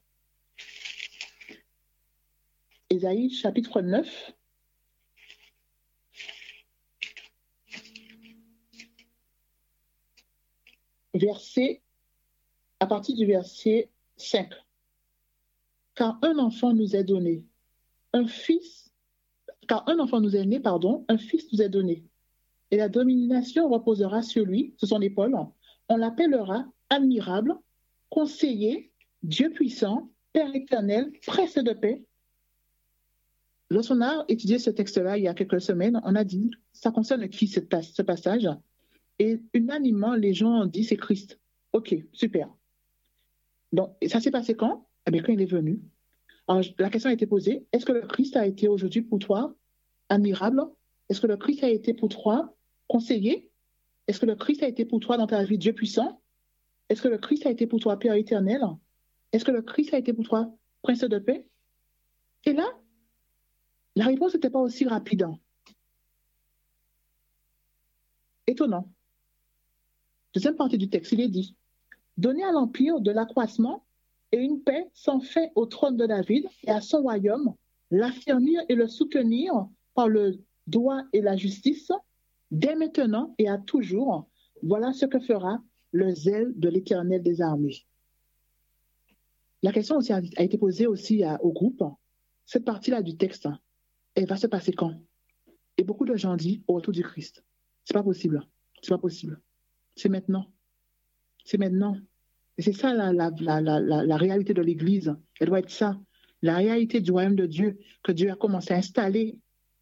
Ésaïe chapitre neuf, verset, à partir du verset cinq. Car un enfant nous est donné, un fils, car un enfant nous est né, pardon, un fils nous est donné. Et la domination reposera sur lui, sur son épaule. On l'appellera admirable, conseiller, Dieu puissant, Père éternel, prince de paix. Lorsqu'on a étudié ce texte-là il y a quelques semaines, on a dit, ça concerne qui ce passage? Et unanimement, les gens ont dit, c'est Christ. Ok, super. Donc, ça s'est passé quand? Eh bien, quand il est venu. Alors, la question a été posée, est-ce que le Christ a été aujourd'hui pour toi admirable, Est-ce que le Christ a été pour toi conseiller? Est-ce que le Christ a été pour toi dans ta vie Dieu puissant? Est-ce que le Christ a été pour toi Père éternel? Est-ce que le Christ a été pour toi Prince de paix? Et là, la réponse n'était pas aussi rapide. Étonnant. Deuxième partie du texte, il est dit, donner à l'Empire de l'accroissement et une paix sans fin au trône de David et à son royaume, l'affermir et le soutenir par le droit et la justice, dès maintenant et à toujours. Voilà ce que fera le zèle de l'Éternel des armées. La question aussi a, a été posée aussi à, au groupe. Cette partie-là du texte, elle va se passer quand? Et beaucoup de gens disent au retour du Christ. C'est pas possible. C'est pas possible. C'est maintenant. C'est maintenant. Et c'est ça la, la, la, la, la réalité de l'Église. Elle doit être ça. La réalité du royaume de Dieu que Dieu a commencé à installer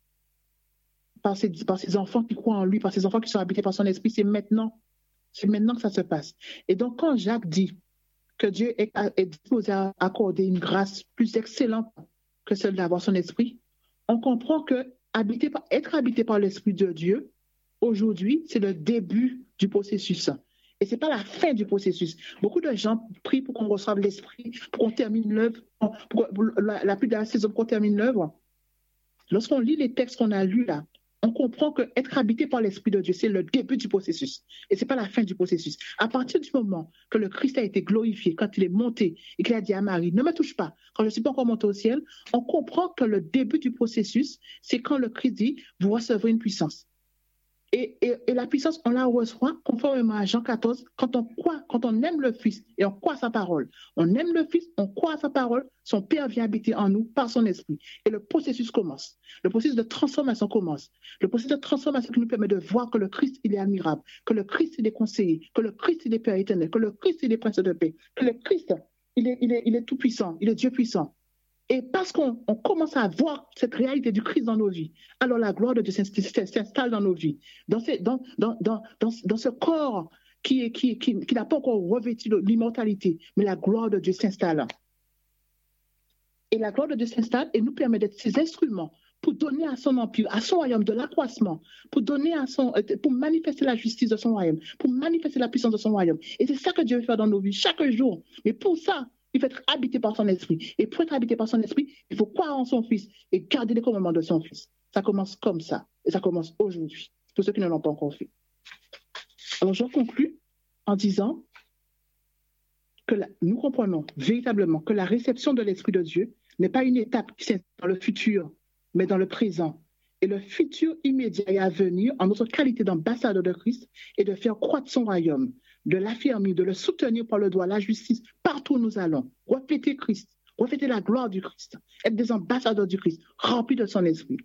par ses, par ses enfants qui croient en lui, par ses enfants qui sont habités par son esprit, c'est maintenant. C'est maintenant que ça se passe. Et donc, quand Jacques dit que Dieu est, est disposé à accorder une grâce plus excellente que celle d'avoir son esprit, on comprend que habiter par, être habité par l'esprit de Dieu, aujourd'hui, c'est le début du processus. Et ce n'est pas la fin du processus. Beaucoup de gens prient pour qu'on reçoive l'esprit, pour qu'on termine l'œuvre, pour, pour la, la plus de la saison, pour qu'on termine l'œuvre. Lorsqu'on lit les textes qu'on a lus là, on comprend qu'être habité par l'Esprit de Dieu, c'est le début du processus. Et ce n'est pas la fin du processus. À partir du moment que le Christ a été glorifié, quand il est monté et qu'il a dit à Marie, ne me touche pas, quand je ne suis pas encore monté au ciel, on comprend que le début du processus, c'est quand le Christ dit, vous recevrez une puissance. Et, et, et la puissance, on la reçoit conformément à Jean quatorze, quand on croit, quand on aime le Fils et on croit à sa parole. On aime le Fils, on croit à sa parole, son Père vient habiter en nous par son esprit. Et le processus commence. Le processus de transformation commence. Le processus de transformation qui nous permet de voir que le Christ, il est admirable, que le Christ, il est conseiller, que le Christ, il est Père éternel, que le Christ, il est Prince de paix, que le Christ, il est, il est, il est tout puissant, il est Dieu puissant. Et parce qu'on on commence à voir cette réalité du Christ dans nos vies, alors la gloire de Dieu s'installe dans nos vies. Dans, ces, dans, dans, dans, dans, dans ce corps qui, est, qui, qui, qui n'a pas encore revêtu l'immortalité, mais la gloire de Dieu s'installe. Et la gloire de Dieu s'installe et nous permet d'être ses instruments pour donner à son empire, à son royaume de l'accroissement, pour donner à son, pour manifester la justice de son royaume, pour manifester la puissance de son royaume. Et c'est ça que Dieu veut faire dans nos vies chaque jour. Mais pour ça, il faut être habité par son esprit. Et pour être habité par son esprit, il faut croire en son Fils et garder les commandements de son Fils. Ça commence comme ça. Et ça commence aujourd'hui, pour ceux qui ne l'ont pas encore fait. Alors, je conclue en disant que la, nous comprenons véritablement que la réception de l'Esprit de Dieu n'est pas une étape qui s'installe dans le futur, mais dans le présent. Et le futur immédiat et à venir, en notre qualité d'ambassadeur de Christ, est de faire croître son royaume, de l'affirmer, de le soutenir par le droit, la justice, partout où nous allons. Refléter Christ, refléter la gloire du Christ, être des ambassadeurs du Christ, remplis de son esprit.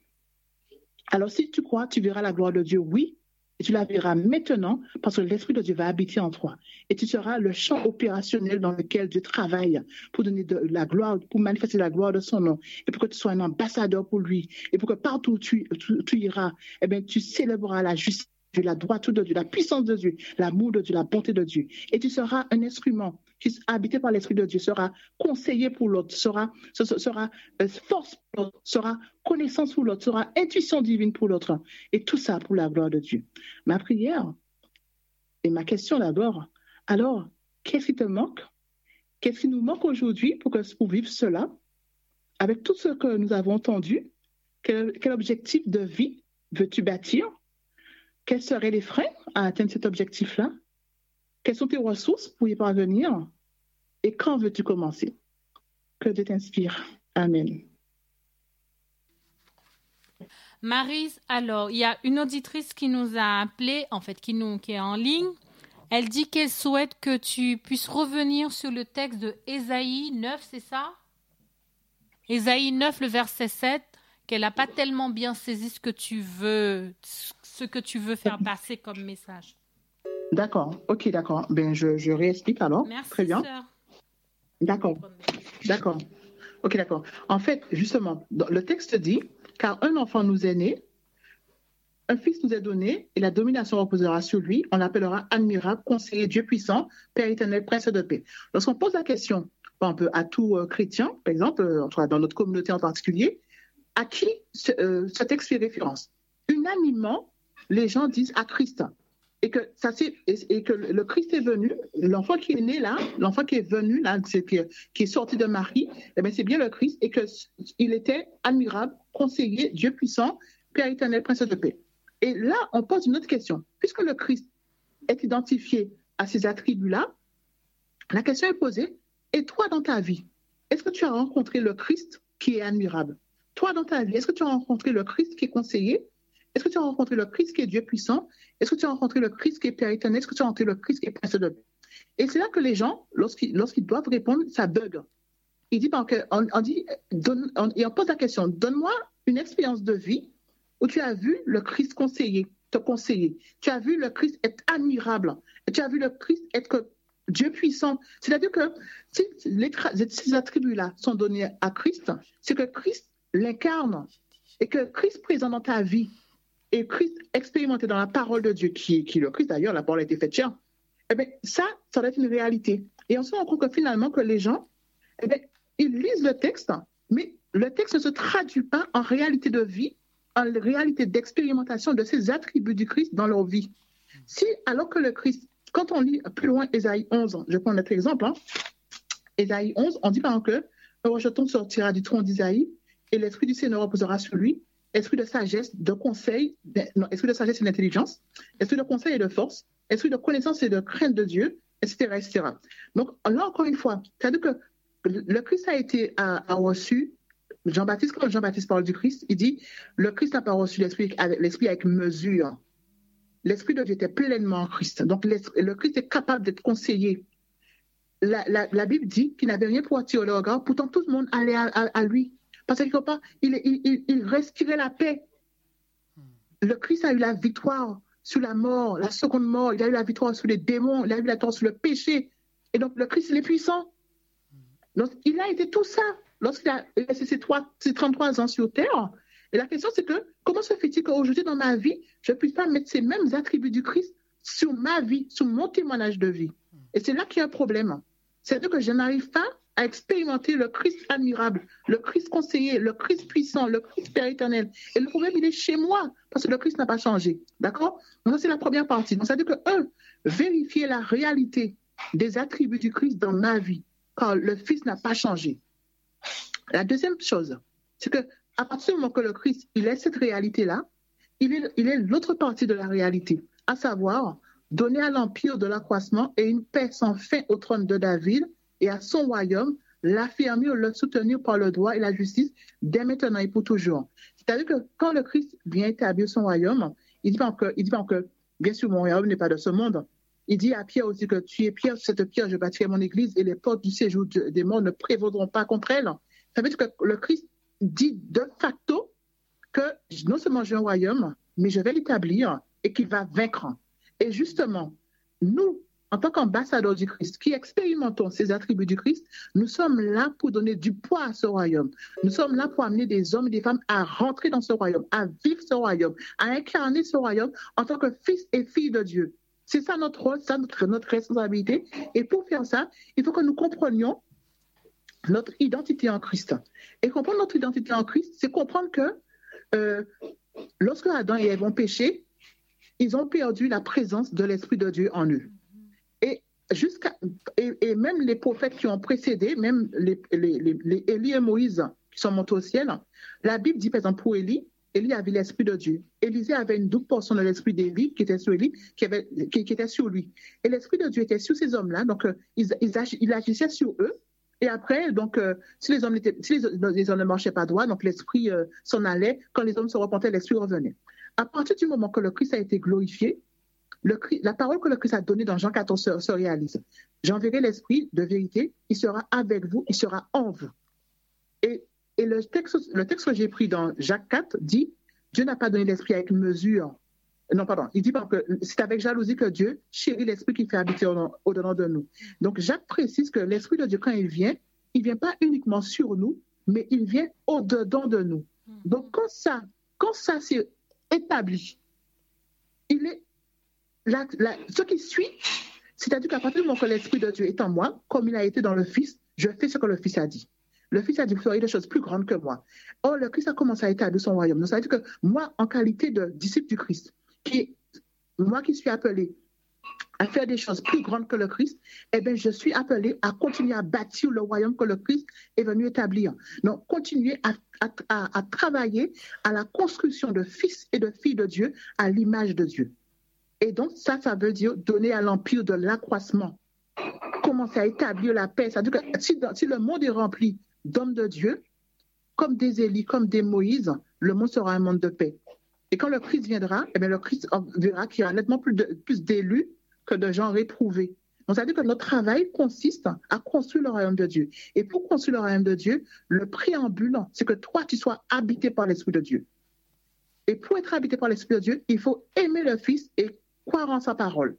Alors si tu crois, tu verras la gloire de Dieu, oui, et tu la verras maintenant parce que l'Esprit de Dieu va habiter en toi. Et tu seras le champ opérationnel dans lequel Dieu travaille pour donner de la gloire, pour manifester la gloire de son nom, et pour que tu sois un ambassadeur pour lui, et pour que partout où tu, tu, tu iras, eh bien, tu célébreras la justice de la droiture de Dieu, la puissance de Dieu, l'amour de Dieu, la bonté de Dieu. Et tu seras un instrument qui, habité par l'Esprit de Dieu, sera conseiller pour l'autre, sera, sera force pour l'autre, sera connaissance pour l'autre, sera intuition divine pour l'autre. Et tout ça pour la gloire de Dieu. Ma prière et ma question d'abord, alors, qu'est-ce qui te manque? Qu'est-ce qui nous manque aujourd'hui pour, que, pour vivre cela? Avec tout ce que nous avons entendu, quel, quel objectif de vie veux-tu bâtir? Quels seraient les freins à atteindre cet objectif-là? Quelles sont tes ressources pour y parvenir? Et quand veux-tu commencer? Que Dieu t'inspire. Amen. Maryse, alors, il y a une auditrice qui nous a appelé, en fait, qui, nous, qui est en ligne. Elle dit qu'elle souhaite que tu puisses revenir sur le texte de Ésaïe neuf, c'est ça? Ésaïe neuf, le verset sept, qu'elle n'a pas tellement bien saisi ce que tu veux, ce que tu veux faire passer comme message. D'accord, ok, d'accord. Ben, je, je réexplique alors. Merci, très bien. Sœur. D'accord, d'accord. Ok, d'accord. En fait, justement, le texte dit, car un enfant nous est né, un fils nous est donné, et la domination reposera sur lui. On l'appellera admirable, conseiller, Dieu puissant, Père éternel, Prince de paix. Lorsqu'on pose la question, un peu à tout euh, chrétien, par exemple, euh, dans notre communauté en particulier, à qui ce, euh, ce texte fait référence? unanimement, les gens disent à Christ. Et que, ça, c'est, et, et que le Christ est venu, l'enfant qui est né là, l'enfant qui est venu là, c'est, qui, qui est sorti de Marie, eh bien, c'est bien le Christ, et qu'il était admirable, conseiller, Dieu puissant, Père éternel, Prince de paix. Et là, on pose une autre question. Puisque le Christ est identifié à ces attributs-là, la question est posée, et toi dans ta vie, est-ce que tu as rencontré le Christ qui est admirable? Toi dans ta vie, est-ce que tu as rencontré le Christ qui est conseiller? Est-ce que tu as rencontré le Christ qui est Dieu puissant? Est-ce que tu as rencontré le Christ qui est Père éternel? Est-ce que tu as rencontré le Christ qui est Prince de paix? Et c'est là que les gens, lorsqu'ils, lorsqu'ils doivent répondre, ça bug. Il dit, on, on dit donne, on, et on pose la question, donne-moi une expérience de vie où tu as vu le Christ conseiller, te conseiller. Tu as vu le Christ être admirable. Et tu as vu le Christ être Dieu puissant. C'est-à-dire que si les, ces attributs-là sont donnés à Christ, c'est que Christ l'incarne et que Christ présent dans ta vie et Christ expérimenté dans la parole de Dieu, qui, qui est le Christ d'ailleurs, la parole a été faite chair, eh bien, ça, ça doit être une réalité. Et on se rend compte que finalement, que les gens, eh bien, ils lisent le texte, mais le texte ne se traduit pas en réalité de vie, en réalité d'expérimentation de ces attributs du Christ dans leur vie. Si, alors que le Christ, quand on lit plus loin Ésaïe onze, je prends notre exemple, hein, Ésaïe onze, on dit par exemple que le rejeton sortira du tronc d'Isaïe et l'esprit du Seigneur reposera sur lui. Esprit de sagesse, de conseil, de, non, esprit de sagesse et d'intelligence, esprit de conseil et de force, esprit de connaissance et de crainte de Dieu, et cetera, et cetera. Donc là, encore une fois, c'est-à-dire que le Christ a été a, a reçu, Jean-Baptiste, quand Jean-Baptiste parle du Christ, il dit, le Christ n'a pas reçu l'esprit avec, l'esprit avec mesure. L'esprit de Dieu était pleinement en Christ. Donc le Christ est capable d'être conseillé. La, la, la Bible dit qu'il n'avait rien pour attirer le regard, pourtant tout le monde allait à, à, à lui. Parce qu'il pas, il, il, il respirait la paix. Le Christ a eu la victoire sur la mort, la seconde mort. Il a eu la victoire sur les démons. Il a eu la victoire sur le péché. Et donc, le Christ, il est puissant. Donc, il a été tout ça lorsqu'il a laissé ses, ses trente-trois ans sur terre. Et la question, c'est que comment se fait-il qu'aujourd'hui, dans ma vie, je ne puisse pas mettre ces mêmes attributs du Christ sur ma vie, sur mon témoignage de vie? Et c'est là qu'il y a un problème. C'est-à-dire que je n'arrive pas à expérimenter le Christ admirable, le Christ conseiller, le Christ puissant, le Christ Père éternel. Et le problème, il est chez moi, parce que le Christ n'a pas changé. D'accord? Donc, ça, c'est la première partie. Donc, ça veut dire que, un, vérifier la réalité des attributs du Christ dans ma vie, car le Fils n'a pas changé. La deuxième chose, c'est que à partir du moment que le Christ, il est cette réalité-là, il est, il est l'autre partie de la réalité, à savoir donner à l'empire de l'accroissement et une paix sans fin au trône de David, et à son royaume, l'affirmer ou le soutenir par le droit et la justice dès maintenant et pour toujours. C'est-à-dire que quand le Christ vient établir son royaume, il dit pas que, il dit pas que bien sûr, mon royaume n'est pas de ce monde. Il dit à Pierre aussi que tu es Pierre, sur cette pierre, je bâtirai mon église et les portes du séjour des morts ne prévaudront pas contre elle. Ça veut dire que le Christ dit de facto que non seulement j'ai un royaume, mais je vais l'établir et qu'il va vaincre. Et justement, nous, en tant qu'ambassadeurs du Christ, qui expérimentons ces attributs du Christ, nous sommes là pour donner du poids à ce royaume. Nous sommes là pour amener des hommes et des femmes à rentrer dans ce royaume, à vivre ce royaume, à incarner ce royaume en tant que fils et filles de Dieu. C'est ça notre rôle, c'est ça notre, notre responsabilité. Et pour faire ça, il faut que nous comprenions notre identité en Christ. Et comprendre notre identité en Christ, c'est comprendre que euh, lorsque Adam et Ève ont péché, ils ont perdu la présence de l'Esprit de Dieu en eux. Et, jusqu'à, et, et même les prophètes qui ont précédé, même les, les, les, les Élie et Moïse qui sont montés au ciel, la Bible dit par exemple pour Élie, Élie avait l'Esprit de Dieu. Élisée avait une double portion de l'Esprit d'Élie qui était sur Élie, qui, avait, qui, qui était sur lui. Et l'Esprit de Dieu était sur ces hommes-là, donc euh, ils, ils ag, il agissait sur eux. Et après, donc, euh, si, les hommes étaient, si les, les hommes ne marchaient pas droit, donc l'Esprit euh, s'en allait. Quand les hommes se repentaient, l'Esprit revenait. À partir du moment que le Christ a été glorifié, le Christ, la parole que le Christ a donnée dans Jean quatorze se, se réalise. J'enverrai l'Esprit de vérité, il sera avec vous, il sera en vous. Et, et le, texte, le texte que j'ai pris dans Jacques quatre dit, Dieu n'a pas donné l'Esprit avec mesure. Non, pardon, il dit que c'est avec jalousie que Dieu chérit l'Esprit qui fait habiter au-dedans de nous. Donc Jacques précise que l'Esprit de Dieu, quand il vient, il ne vient pas uniquement sur nous, mais il vient au-dedans de nous. Donc quand ça, quand ça s'est établi, il est la, la, ce qui suit, c'est-à-dire qu'à partir du moment que l'Esprit de Dieu est en moi, comme il a été dans le Fils, je fais ce que le Fils a dit. Le Fils a dit, vous ferez des choses plus grandes que moi. Or, le Christ a commencé à établir son royaume. Donc, ça veut dire que moi, en qualité de disciple du Christ, qui, moi qui suis appelé à faire des choses plus grandes que le Christ, eh bien, je suis appelé à continuer à bâtir le royaume que le Christ est venu établir. Donc, continuer à, à, à, à travailler à la construction de fils et de filles de Dieu à l'image de Dieu. Et donc, ça, ça veut dire donner à l'empire de l'accroissement, commencer à établir la paix. C'est-à-dire que si, si le monde est rempli d'hommes de Dieu, comme des Élie, comme des Moïse, le monde sera un monde de paix. Et quand le Christ viendra, eh bien, le Christ verra qu'il y a nettement plus, de, plus d'élus que de gens réprouvés. Donc, ça veut dire que notre travail consiste à construire le royaume de Dieu. Et pour construire le royaume de Dieu, le préambule, c'est que toi, tu sois habité par l'Esprit de Dieu. Et pour être habité par l'Esprit de Dieu, il faut aimer le Fils et croire en sa parole.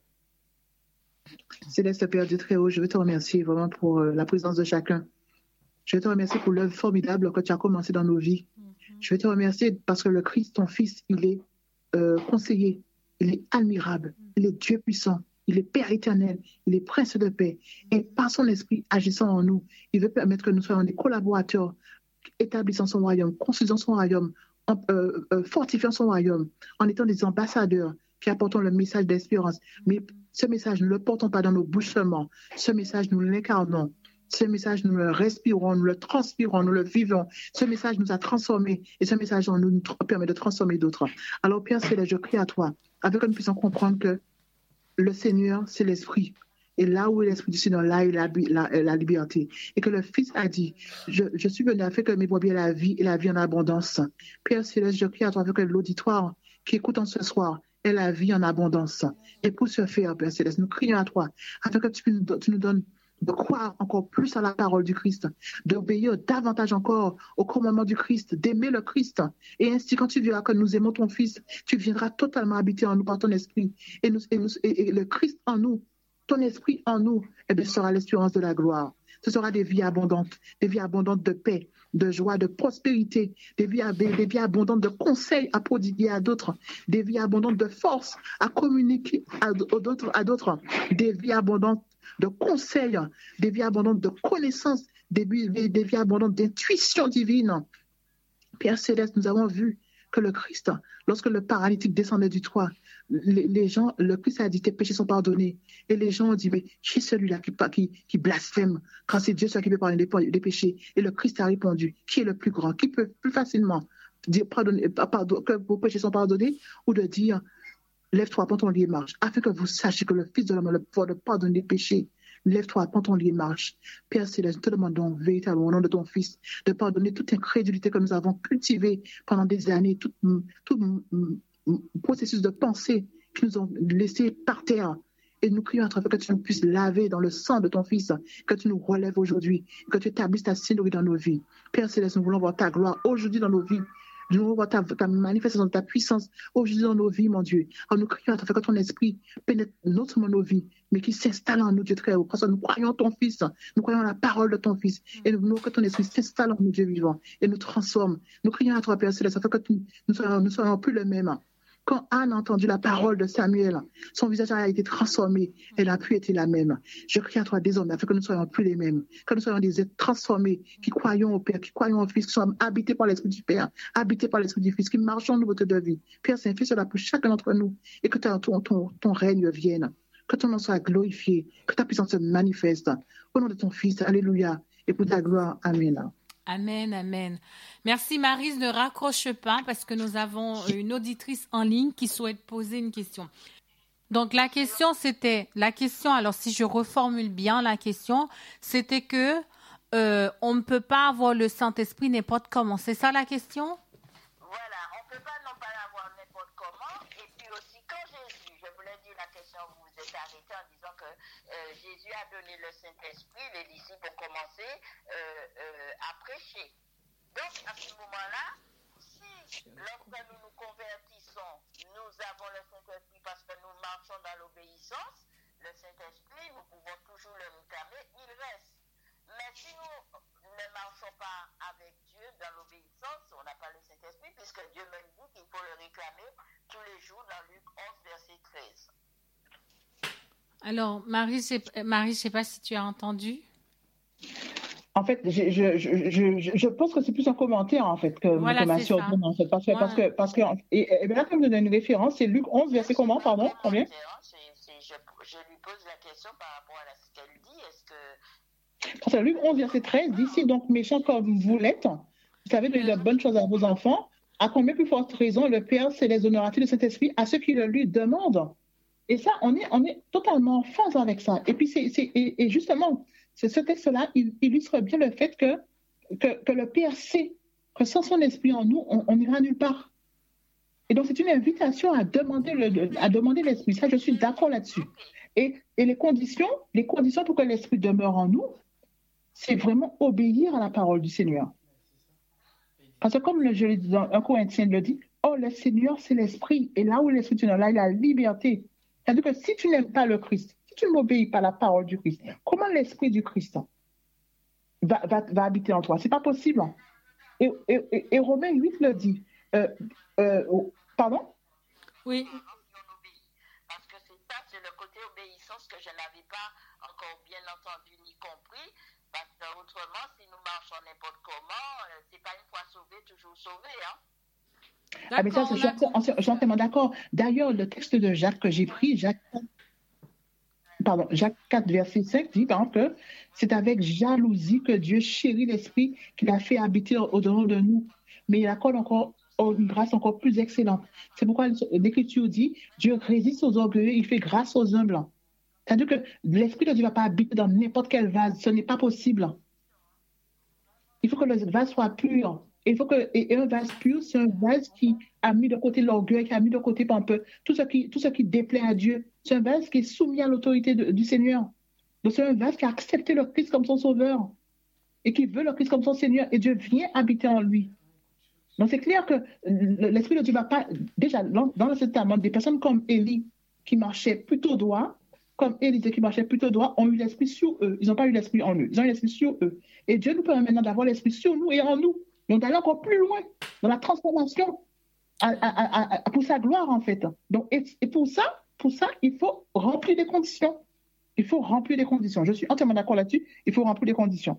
Céleste Père Dieu très haut, je veux te remercier vraiment pour la présence de chacun. Je veux te remercier pour l'œuvre formidable que tu as commencé dans nos vies. Mm-hmm. Je veux te remercier parce que le Christ, ton Fils, il est euh, conseiller, il est admirable, mm-hmm. il est Dieu puissant, il est Père éternel, il est Prince de paix. Mm-hmm. Et par son esprit agissant en nous, il veut permettre que nous soyons des collaborateurs établissant son royaume, construisant son royaume, en, euh, euh, fortifiant son royaume, en étant des ambassadeurs qui apportons le message d'espérance. Mais ce message, nous ne le portons pas dans nos bouches seulement. Ce message, nous l'incarnons. Ce message, nous le respirons, nous le transpirons, nous le vivons. Ce message nous a transformés et ce message nous, nous permet de transformer d'autres. Alors, Père Céleste, je prie à toi, afin que nous puissions comprendre que le Seigneur, c'est l'Esprit. Et là où est l'Esprit du Seigneur, là est la, la, la liberté. Et que le Fils a dit, je, je suis venu afin que mes brebis aient la vie et la vie en abondance. Père Céleste, je prie à toi, afin que l'auditoire qui écoute en ce soir ait la vie en abondance. Et pour ce faire, Père Céleste, nous crions à toi, afin que tu, tu nous donnes de croire encore plus à la parole du Christ, d'obéir davantage encore au commandement du Christ, d'aimer le Christ. Et ainsi, quand tu verras que nous aimons ton Fils, tu viendras totalement habiter en nous par ton esprit. Et, nous, et, nous, et, et le Christ en nous, ton esprit en nous, eh bien, ce sera l'espérance de la gloire. Ce sera des vies abondantes, des vies abondantes de paix, de joie, de prospérité, des vies, des, des vies abondantes de conseils à prodiguer à d'autres, des vies abondantes de force à communiquer à d'autres, à d'autres, des vies abondantes de conseils, des vies abondantes de connaissances, des vies, des vies abondantes d'intuition divine. Père Céleste, nous avons vu que le Christ, lorsque le paralytique descendait du toit, les, les gens, le Christ a dit, tes péchés sont pardonnés. Et les gens ont dit, mais qui est celui-là qui, qui, qui blasphème quand c'est Dieu seul qui peut pardonner des péchés? Et le Christ a répondu, qui est le plus grand? Qui peut plus facilement dire pardonner, pardon, que vos péchés sont pardonnés, ou de dire, lève-toi, prends ton lit et marche, afin que vous sachiez que le Fils de l'homme a le pouvoir de pardonner les péchés. Lève-toi, prends ton lit et marche. Père Céleste, nous te demandons véritablement au nom de ton Fils de pardonner toute incrédulité que nous avons cultivée pendant des années, tout, tout processus de pensée qui nous ont laissé par terre. Et nous crions à travers que tu nous puisses laver dans le sang de ton Fils, que tu nous relèves aujourd'hui, que tu établisses ta seigneurie dans nos vies. Père Céleste, nous voulons voir ta gloire aujourd'hui dans nos vies. Nous voulons voir ta, ta manifestation de ta puissance aujourd'hui dans nos vies, mon Dieu. Alors nous crions à travers que ton esprit pénètre non seulement nos vies, mais qui s'installe en nous, Dieu très haut. Parce que nous croyons en ton Fils, nous croyons en la parole de ton Fils. Et nous voulons que ton esprit s'installe en nous, Dieu vivant, et nous transforme. Nous crions à toi, Père Céleste, afin que tu, nous soyons, nous soyons plus le même. Quand Anne a entendu la parole de Samuel, son visage a été transformé. Elle n'a plus été la même. Je crie à toi désormais afin que nous ne soyons plus les mêmes. Que nous soyons des êtres transformés, qui croyons au Père, qui croyons au Fils, qui soient habités par l'Esprit du Père, habités par l'Esprit du Fils, qui marchons en nouveauté de vie. Père Saint, fais cela pour chacun d'entre nous et que ton, ton, ton, ton règne vienne. Que ton nom soit glorifié, que ta puissance se manifeste. Au nom de ton Fils, alléluia. Et pour ta gloire, amen. Amen, amen. Merci Maryse, ne raccroche pas parce que nous avons une auditrice en ligne qui souhaite poser une question. Donc la question c'était, la question, alors si je reformule bien la question, c'était que euh, on ne peut pas avoir le Saint-Esprit n'importe comment. C'est ça la question? Voilà, on ne peut pas non pas l'avoir n'importe comment. Et puis aussi quand Jésus, je voulais dire la question, vous vous êtes arrêté en disant que euh, Jésus a donné le Saint-Esprit, les disciples ont commencé euh, euh, à prêcher. Donc à ce moment-là, si lorsque nous nous convertissons, nous avons le Saint-Esprit parce que nous marchons dans l'obéissance, le Saint-Esprit, nous pouvons toujours le réclamer, il reste. Mais si nous ne marchons pas avec Dieu dans l'obéissance, on n'a pas le Saint-Esprit, puisque Dieu même dit qu'il faut le réclamer tous les jours dans Luc onze, verset treize. Alors, Marie, je ne sais pas si tu as entendu. En fait, je, je, je, je, je pense que c'est plus un commentaire, en fait, que, Voilà, que ma c'est sœur ça. donne, en fait. Parce que, parce Ouais. que, parce que, et, et bien là, comme je donne une référence, c'est Luc onze, Mais verset c'est comment, pas un pardon, combien? commentaire, hein, c'est, c'est, je, je lui pose la question par rapport à la- ce qu'elle dit. Est-ce que... Parce que Luc onze, verset treize dit, si donc méchant comme vous l'êtes, vous savez donner de Mhm. bonnes choses à vos enfants, à combien plus forte raison le Père se les honorera-t-il de Saint-Esprit à ceux qui le lui demandent? Et ça, on est, on est totalement en phase avec ça. Et puis, c'est, c'est, et, et justement, c'est ce texte-là, il illustre bien le fait que, que, que le Père sait que sans son esprit en nous, on n'ira nulle part. Et donc, c'est une invitation à demander, le, à demander l'esprit. Ça, je suis d'accord là-dessus. Ok. Et, et les conditions, les conditions pour que l'esprit demeure en nous, c'est vraiment obéir à la parole du Seigneur. Parce que comme le, je l'ai dit dans un Corinthien le dit, oh, le Seigneur, c'est l'esprit. Et là où l'esprit est, là, il y a la liberté. C'est-à-dire que si tu n'aimes pas le Christ, si tu n'obéis pas à la parole du Christ, comment l'esprit du Christ va, va, va habiter en toi? C'est pas possible. Et, et, et, et Romains huit le dit. Euh, euh, pardon? Si Oui. on obéit. Parce que c'est ça, c'est le côté obéissance que je n'avais pas encore bien entendu ni compris. Parce que autrement, si nous marchons n'importe comment, euh, c'est pas une fois sauvé, toujours sauvé, hein. Ah, mais ça, D'accord, je on a suis compris. entièrement d'accord. D'ailleurs, le texte de Jacques que j'ai pris, Jacques, pardon, Jacques quatre, verset cinq, dit par exemple que c'est avec jalousie que Dieu chérit l'esprit qu'il a fait habiter au-dedans de nous. Mais il accorde encore une grâce encore plus excellente. C'est pourquoi l'Écriture dit Dieu résiste aux orgueilleux, il fait grâce aux humbles. C'est-à-dire que l'esprit de Dieu ne va pas habiter dans n'importe quel vase. Ce n'est pas possible. Il faut que le vase soit pur. Il faut que, et un vase pur, c'est un vase qui a mis de côté l'orgueil, qui a mis de côté un peu tout ce qui, tout ce qui déplaît à Dieu. C'est un vase qui est soumis à l'autorité de- du Seigneur. Donc c'est un vase qui a accepté le Christ comme son sauveur et qui veut le Christ comme son Seigneur. Et Dieu vient habiter en lui. Donc c'est clair que l'Esprit de Dieu ne va pas... Déjà, dans le Testament, des personnes comme Élie, qui marchaient plutôt droit, comme Élisée qui marchait plutôt droit, ont eu l'Esprit sur eux. Ils n'ont pas eu l'Esprit en eux. Ils ont eu l'Esprit sur eux. Et Dieu nous permet maintenant d'avoir l'Esprit sur nous et en nous. Donc d'aller encore plus loin dans la transformation à, à, à, à, pour sa gloire, en fait. Donc, et, et pour ça, pour ça, il faut remplir des conditions. Il faut remplir des conditions. Je suis entièrement d'accord là-dessus. Il faut remplir des conditions.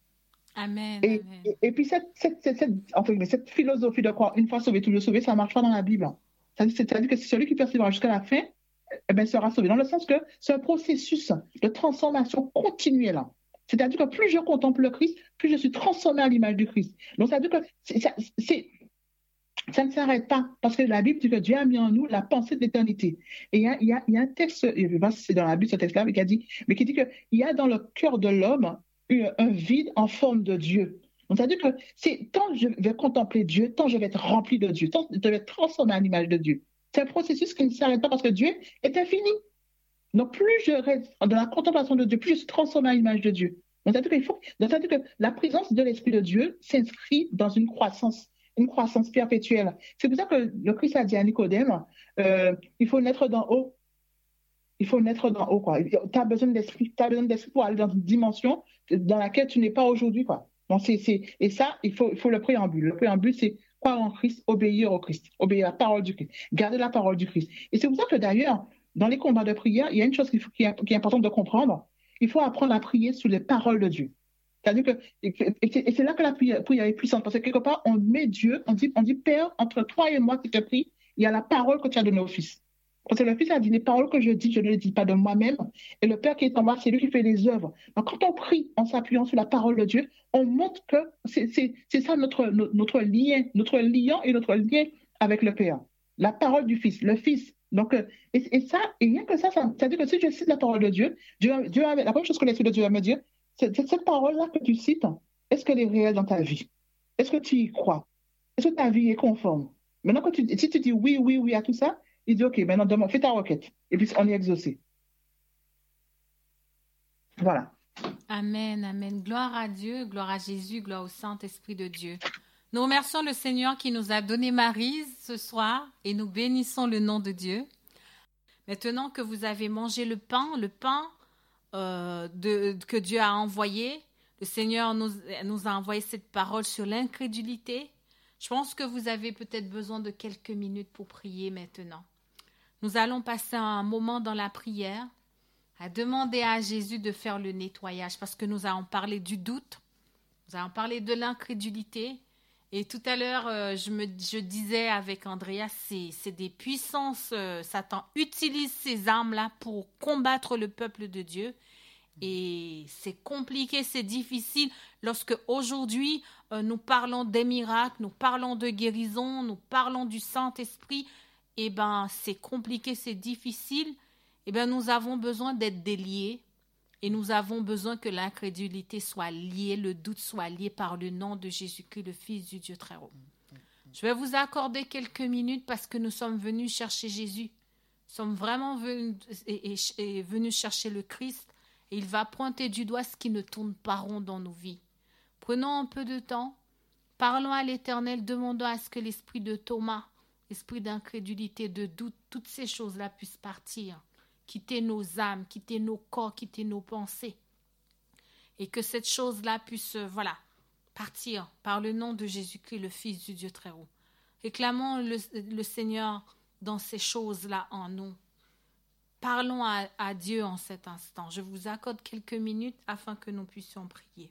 Amen. Et, Amen. et, et puis, cette, cette, cette, cette, enfin, cette philosophie de croire une fois sauvé, toujours sauvé, ça ne marche pas dans la Bible. C'est-à-dire que celui qui persévère jusqu'à la fin, eh bien, sera sauvé. Dans le sens que c'est un processus de transformation continuelle. C'est-à-dire que plus je contemple le Christ, plus je suis transformé à l'image du Christ. Donc, c'est-à-dire que c'est, c'est, ça ne s'arrête pas, parce que la Bible dit que Dieu a mis en nous la pensée de l'éternité. Et il y a, il y a, il y a un texte, je ne sais pas si c'est dans la Bible ce texte-là, mais qui, a dit, mais qui dit qu'il y a dans le cœur de l'homme un vide en forme de Dieu. Donc, c'est-à-dire que c'est, tant je vais contempler Dieu, tant je vais être rempli de Dieu, tant je vais être transformé à l'image de Dieu. C'est un processus qui ne s'arrête pas parce que Dieu est infini. Donc, plus je reste dans la contemplation de Dieu, plus je suis transformé à l'image de Dieu. Donc, c'est-à-dire qu'il faut, donc, c'est-à-dire que la présence de l'Esprit de Dieu s'inscrit dans une croissance, une croissance perpétuelle. C'est pour ça que le Christ a dit à Nicodème, euh, il faut naître d'en haut. Il faut naître d'en haut, quoi. Tu as besoin d'esprit, tu as besoin d'esprit pour aller dans une dimension dans laquelle tu n'es pas aujourd'hui, quoi. Donc, c'est, c'est, et ça, il faut, il faut le préambule. Le préambule, c'est croire en Christ, obéir au Christ, obéir à la parole du Christ, garder la parole du Christ. Et c'est pour ça que d'ailleurs, dans les combats de prière, il y a une chose qui, qui, est, qui est importante de comprendre. Il faut apprendre à prier sur les paroles de Dieu. C'est-à-dire que, et c'est là que la prière, prière est puissante, parce que quelque part, on met Dieu, on dit, on dit, Père, entre toi et moi qui te prie, il y a la parole que tu as donnée au Fils. Parce que le Fils a dit, les paroles que je dis, je ne les dis pas de moi-même. Et le Père qui est en bas, c'est lui qui fait les œuvres. Donc, quand on prie en s'appuyant sur la parole de Dieu, on montre que c'est, c'est, c'est ça notre, notre lien, notre lien et notre lien avec le Père. La parole du Fils, le Fils. Donc, et, et ça, et rien que ça, ça, ça veut dire que si je cite la parole de Dieu, Dieu, Dieu la première chose que l'Esprit de Dieu va me dire, c'est, c'est cette parole-là que tu cites, est-ce qu'elle est réelle dans ta vie? Est-ce que tu y crois? Est-ce que ta vie est conforme? Maintenant, quand tu, si tu dis oui, oui, oui à tout ça, il dit, OK, maintenant, demande, fais ta requête. Et puis, on est exaucé. Voilà. Amen, amen. Gloire à Dieu, gloire à Jésus, gloire au Saint-Esprit de Dieu. Nous remercions le Seigneur qui nous a donné Maryse ce soir et nous bénissons le nom de Dieu. Maintenant que vous avez mangé le pain, le pain euh, de, que Dieu a envoyé, le Seigneur nous, nous a envoyé cette parole sur l'incrédulité. Je pense que vous avez peut-être besoin de quelques minutes pour prier maintenant. Nous allons passer un moment dans la prière à demander à Jésus de faire le nettoyage parce que nous allons parler du doute, Nous avons parlé de l'incrédulité. Et tout à l'heure, euh, je, me, je disais avec Andrea, c'est, c'est des puissances. Euh, Satan utilise ces armes-là pour combattre le peuple de Dieu. Et c'est compliqué, c'est difficile. Lorsque aujourd'hui, euh, nous parlons des miracles, nous parlons de guérison, nous parlons du Saint-Esprit, eh ben, c'est compliqué, c'est difficile. Eh ben, nous avons besoin d'être déliés. Et nous avons besoin que l'incrédulité soit liée, le doute soit lié par le nom de Jésus-Christ, le Fils du Dieu très haut. Je vais vous accorder quelques minutes parce que nous sommes venus chercher Jésus. Nous sommes vraiment venus, et, et, et venus chercher le Christ. Et il va pointer du doigt ce qui ne tourne pas rond dans nos vies. Prenons un peu de temps. Parlons à l'Éternel, demandons à ce que l'esprit de Thomas, l'esprit d'incrédulité, de doute, toutes ces choses-là puissent partir. Quitter nos âmes, quitter nos corps, quitter nos pensées. Et que cette chose-là puisse, euh, voilà, partir par le nom de Jésus-Christ, le Fils du Dieu très haut. Réclamons le, le Seigneur dans ces choses-là en nous. Parlons à, à Dieu en cet instant. Je vous accorde quelques minutes afin que nous puissions prier.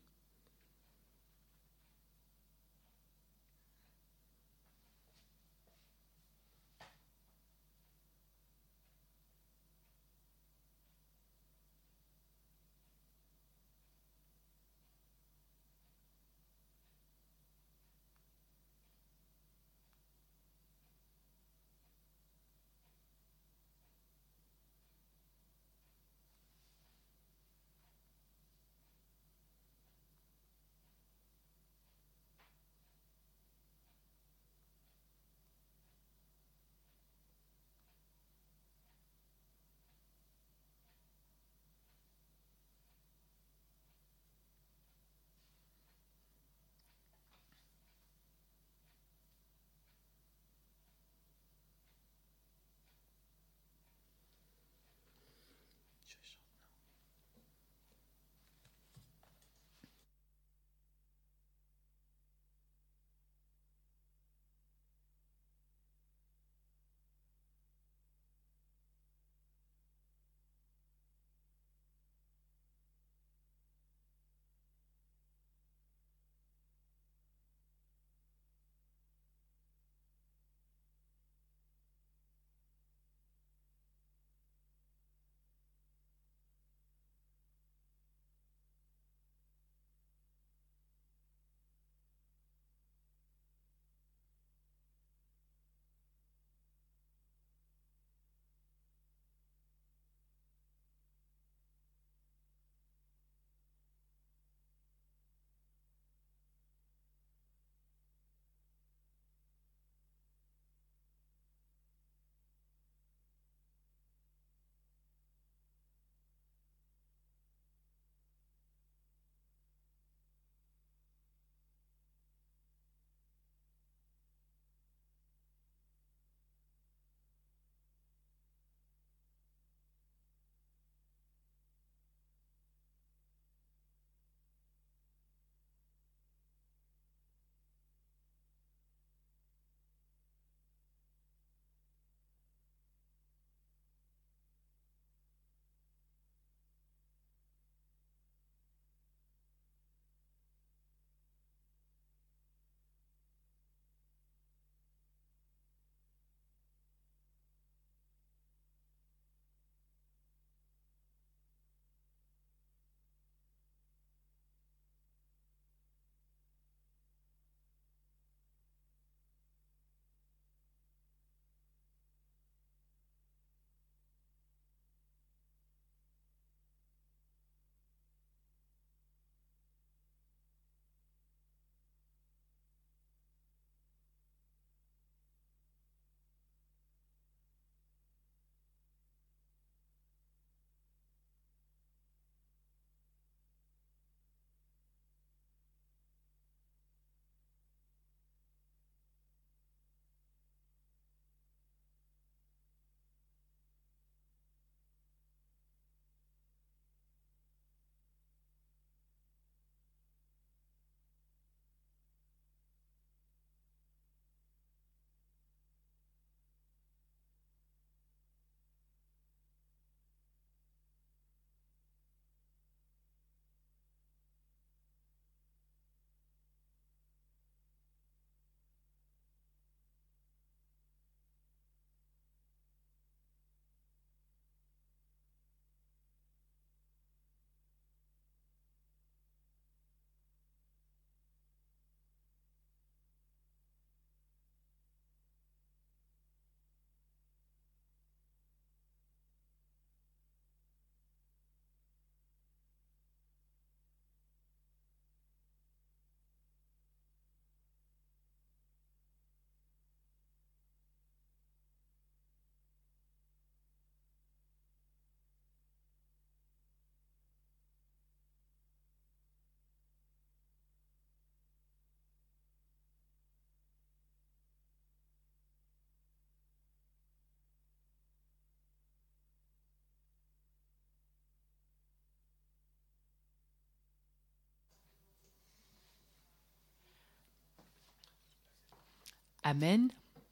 Amen.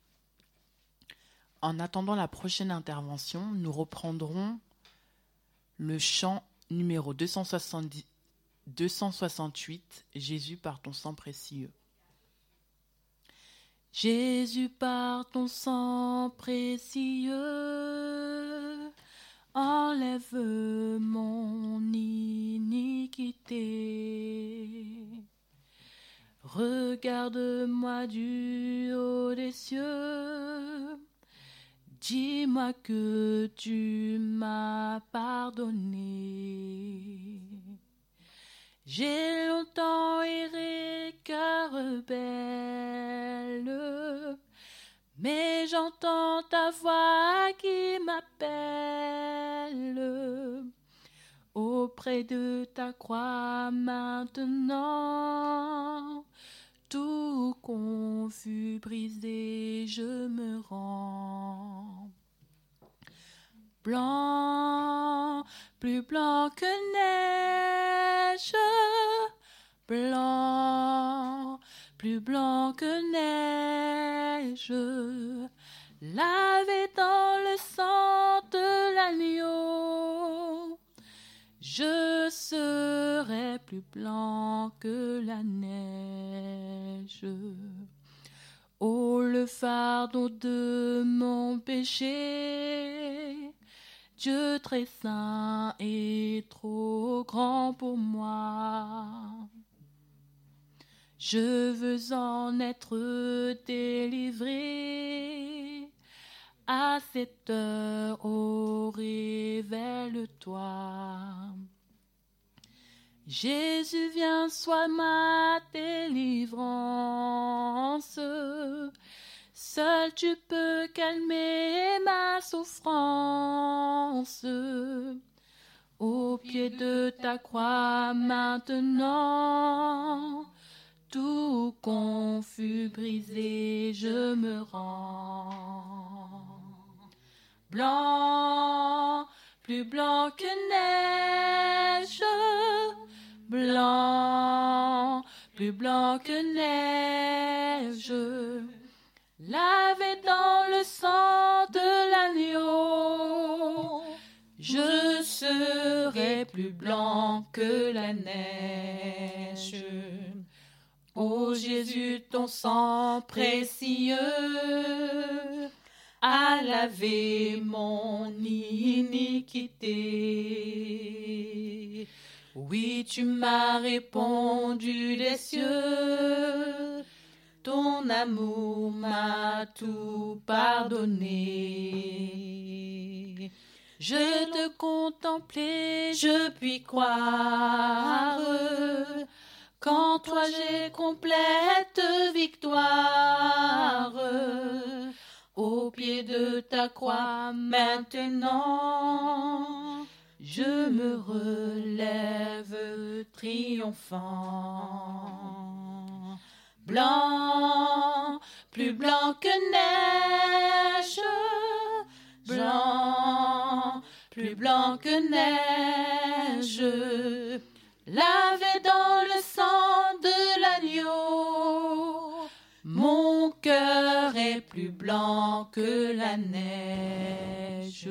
En attendant la prochaine intervention, nous reprendrons le chant numéro deux cent soixante-dix, deux cent soixante-huit, Jésus par ton sang précieux. Jésus par ton sang précieux, enlève mon iniquité. Regarde-moi du haut des cieux, dis-moi que tu m'as pardonné. J'ai longtemps erré cœur rebelle, mais j'entends ta voix qui m'appelle. Auprès de ta croix maintenant, tout confus, brisé, je me rends. Blanc, plus blanc que neige, blanc, plus blanc que neige, lavé dans le sang de l'agneau, je serai plus blanc que la neige. Oh, le fardeau de mon péché, Dieu très saint est trop grand pour moi. Je veux en être délivré. À cette heure, oh, révèle-toi. Jésus, viens, sois ma délivrance. Seul tu peux calmer ma souffrance. Au pied de ta croix maintenant, tout confus, brisé, je me rends. Blanc, plus blanc que neige, blanc, plus blanc que neige, lavé dans le sang de l'agneau, je serai plus blanc que la neige. Ô Jésus, ton sang précieux a lavé mon iniquité. Oui, tu m'as répondu des cieux, ton amour m'a tout pardonné. Je te contemplais, je puis croire qu'en toi j'ai complète victoire. Au pied de ta croix maintenant, je me relève triomphant. Blanc, plus blanc que neige, blanc, plus blanc que neige, lavé dans le sang de l'agneau, mon cœur est plus blanc que la neige.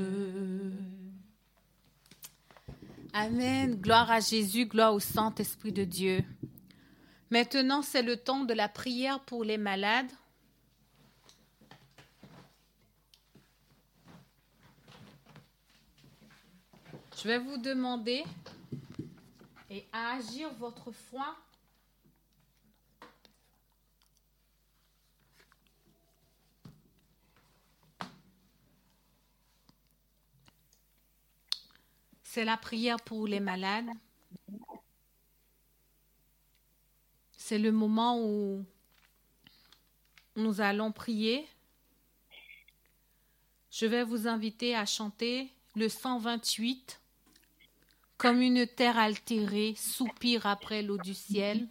Amen. Gloire à Jésus, gloire au Saint-Esprit de Dieu. Maintenant, c'est le temps de la prière pour les malades. Je vais vous demander et à agir votre foi. C'est la prière pour les malades. C'est le moment où nous allons prier. Je vais vous inviter à chanter le cent vingt-huit. Comme une terre altérée, soupire après l'eau du ciel.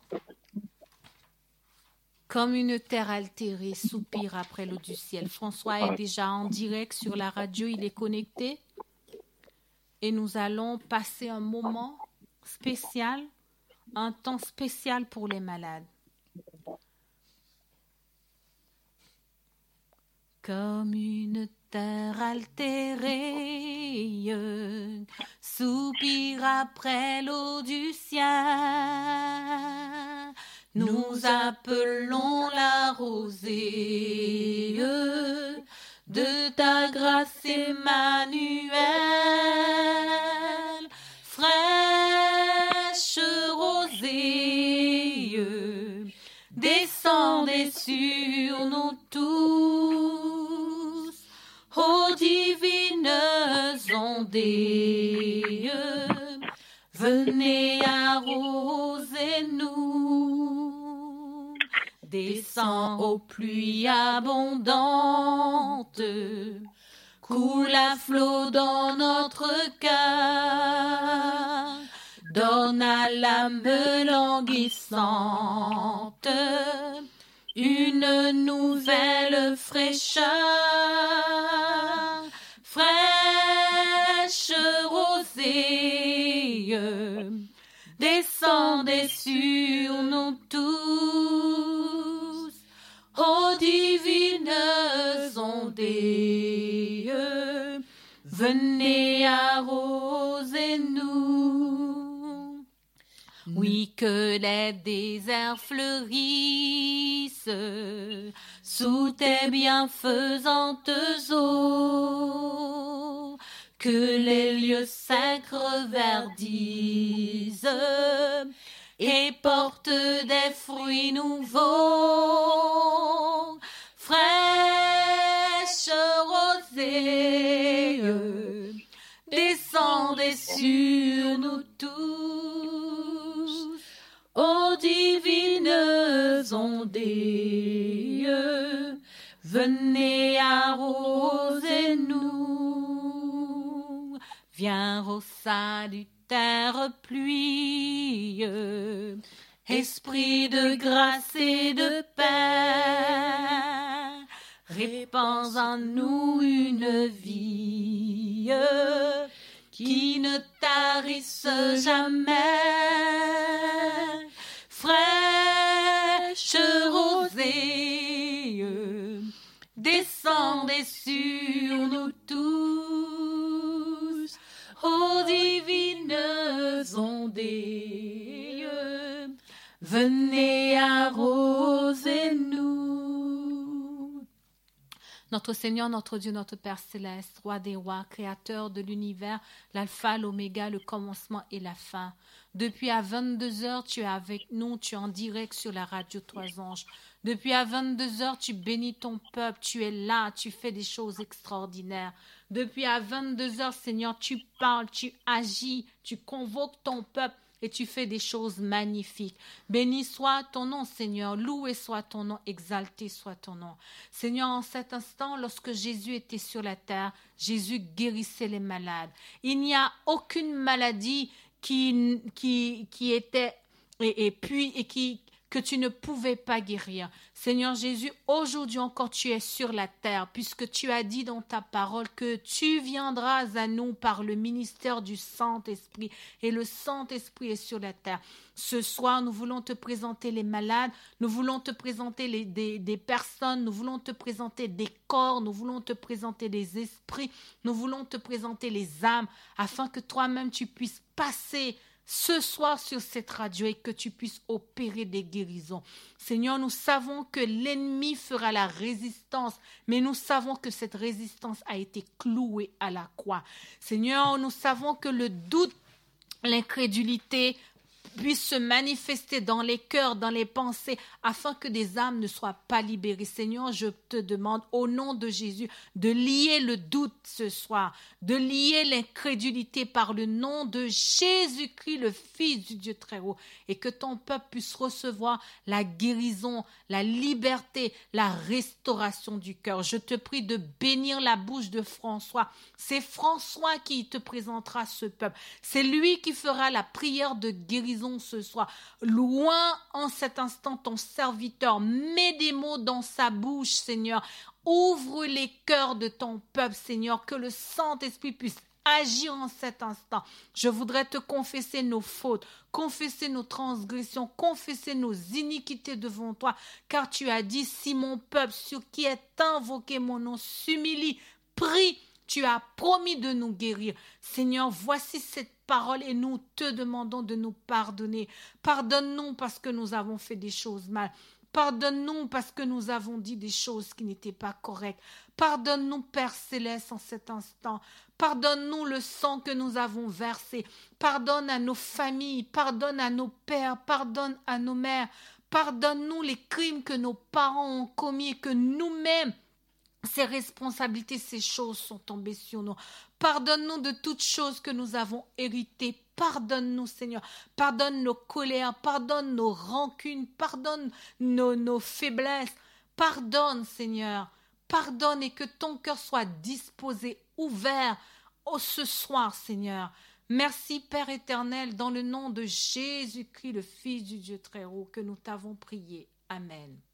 Comme une terre altérée, soupire après l'eau du ciel. François est déjà en direct sur la radio, il est connecté. Et nous allons passer un moment spécial, un temps spécial pour les malades. Comme une terre altérée, soupire après l'eau du ciel. Nous appelons la rosée de ta grâce Emmanuel. Fraîche rosée, descendez sur nous tous, ô divines ondées, venez arroser nous. Descends aux pluies abondantes, coule à flot dans notre cœur, donne à l'âme languissante une nouvelle fraîcheur. Fraîche rosée, descendez sur nous tous, ô divines ondées, venez arroser nous. Oui, que les déserts fleurissent sous tes bienfaisantes eaux, que les lieux sacres verdissent et portent des fruits nouveaux. Fraîche rosée, descendez sur nous tous, ô divines ondées, venez arroser nous. Viens au salutaire pluie, esprit de grâce et de paix, répands en nous une vie qui ne tarisse jamais. Fraîche rosée, descendez sur nous tous, ô divines ondées, venez arroser nous. Notre Seigneur, notre Dieu, notre Père céleste, roi des rois, créateur de l'univers, l'alpha, l'oméga, le commencement et la fin. Depuis à vingt-deux heures, tu es avec nous, tu es en direct sur la radio Trois Anges. Depuis à vingt-deux heures, tu bénis ton peuple, tu es là, tu fais des choses extraordinaires. Depuis à vingt-deux heures, Seigneur, tu parles, tu agis, tu convoques ton peuple et tu fais des choses magnifiques. Béni soit ton nom, Seigneur, loué soit ton nom, exalté soit ton nom. Seigneur, en cet instant, lorsque Jésus était sur la terre, Jésus guérissait les malades. Il n'y a aucune maladie qui, qui, qui était et, et puis et qui que tu ne pouvais pas guérir. Seigneur Jésus, aujourd'hui encore tu es sur la terre, puisque tu as dit dans ta parole que tu viendras à nous par le ministère du Saint-Esprit, et le Saint-Esprit est sur la terre. Ce soir, nous voulons te présenter les malades, nous voulons te présenter les, des, des personnes, nous voulons te présenter des corps, nous voulons te présenter des esprits, nous voulons te présenter les âmes, afin que toi-même tu puisses passer ce soir sur cette radio et que tu puisses opérer des guérisons. Seigneur, nous savons que l'ennemi fera la résistance, mais nous savons que cette résistance a été clouée à la croix. Seigneur, nous savons que le doute, l'incrédulité puisse se manifester dans les cœurs, dans les pensées, afin que des âmes ne soient pas libérées. Seigneur, je te demande au nom de Jésus de lier le doute ce soir, de lier l'incrédulité par le nom de Jésus-Christ, le Fils du Dieu très haut, et que ton peuple puisse recevoir la guérison, la liberté, la restauration du cœur. Je te prie de bénir la bouche de François. C'est François qui te présentera ce peuple. C'est lui qui fera la prière de guérison ce soir. Loin en cet instant ton serviteur, mets des mots dans sa bouche, Seigneur. Ouvre les cœurs de ton peuple, Seigneur, que le Saint-Esprit puisse agir en cet instant. Je voudrais te confesser nos fautes, confesser nos transgressions, confesser nos iniquités devant toi, car tu as dit, si mon peuple sur qui est invoqué mon nom s'humilie, prie, tu as promis de nous guérir. Seigneur, voici cette parole et nous te demandons de nous pardonner. Pardonne-nous parce que nous avons fait des choses mal. Pardonne-nous parce que nous avons dit des choses qui n'étaient pas correctes. Pardonne-nous, Père Céleste, en cet instant. Pardonne-nous le sang que nous avons versé. Pardonne à nos familles, pardonne à nos pères, pardonne à nos mères. Pardonne-nous les crimes que nos parents ont commis et que nous-mêmes, ces responsabilités, ces choses sont tombées sur nous. Pardonne-nous de toutes choses que nous avons héritées. Pardonne-nous, Seigneur. Pardonne nos colères, pardonne nos rancunes, pardonne nos, nos faiblesses. Pardonne, Seigneur. Pardonne et que ton cœur soit disposé, ouvert oh, ce soir, Seigneur. Merci, Père éternel, dans le nom de Jésus-Christ, le Fils du Dieu très haut, que nous t'avons prié. Amen.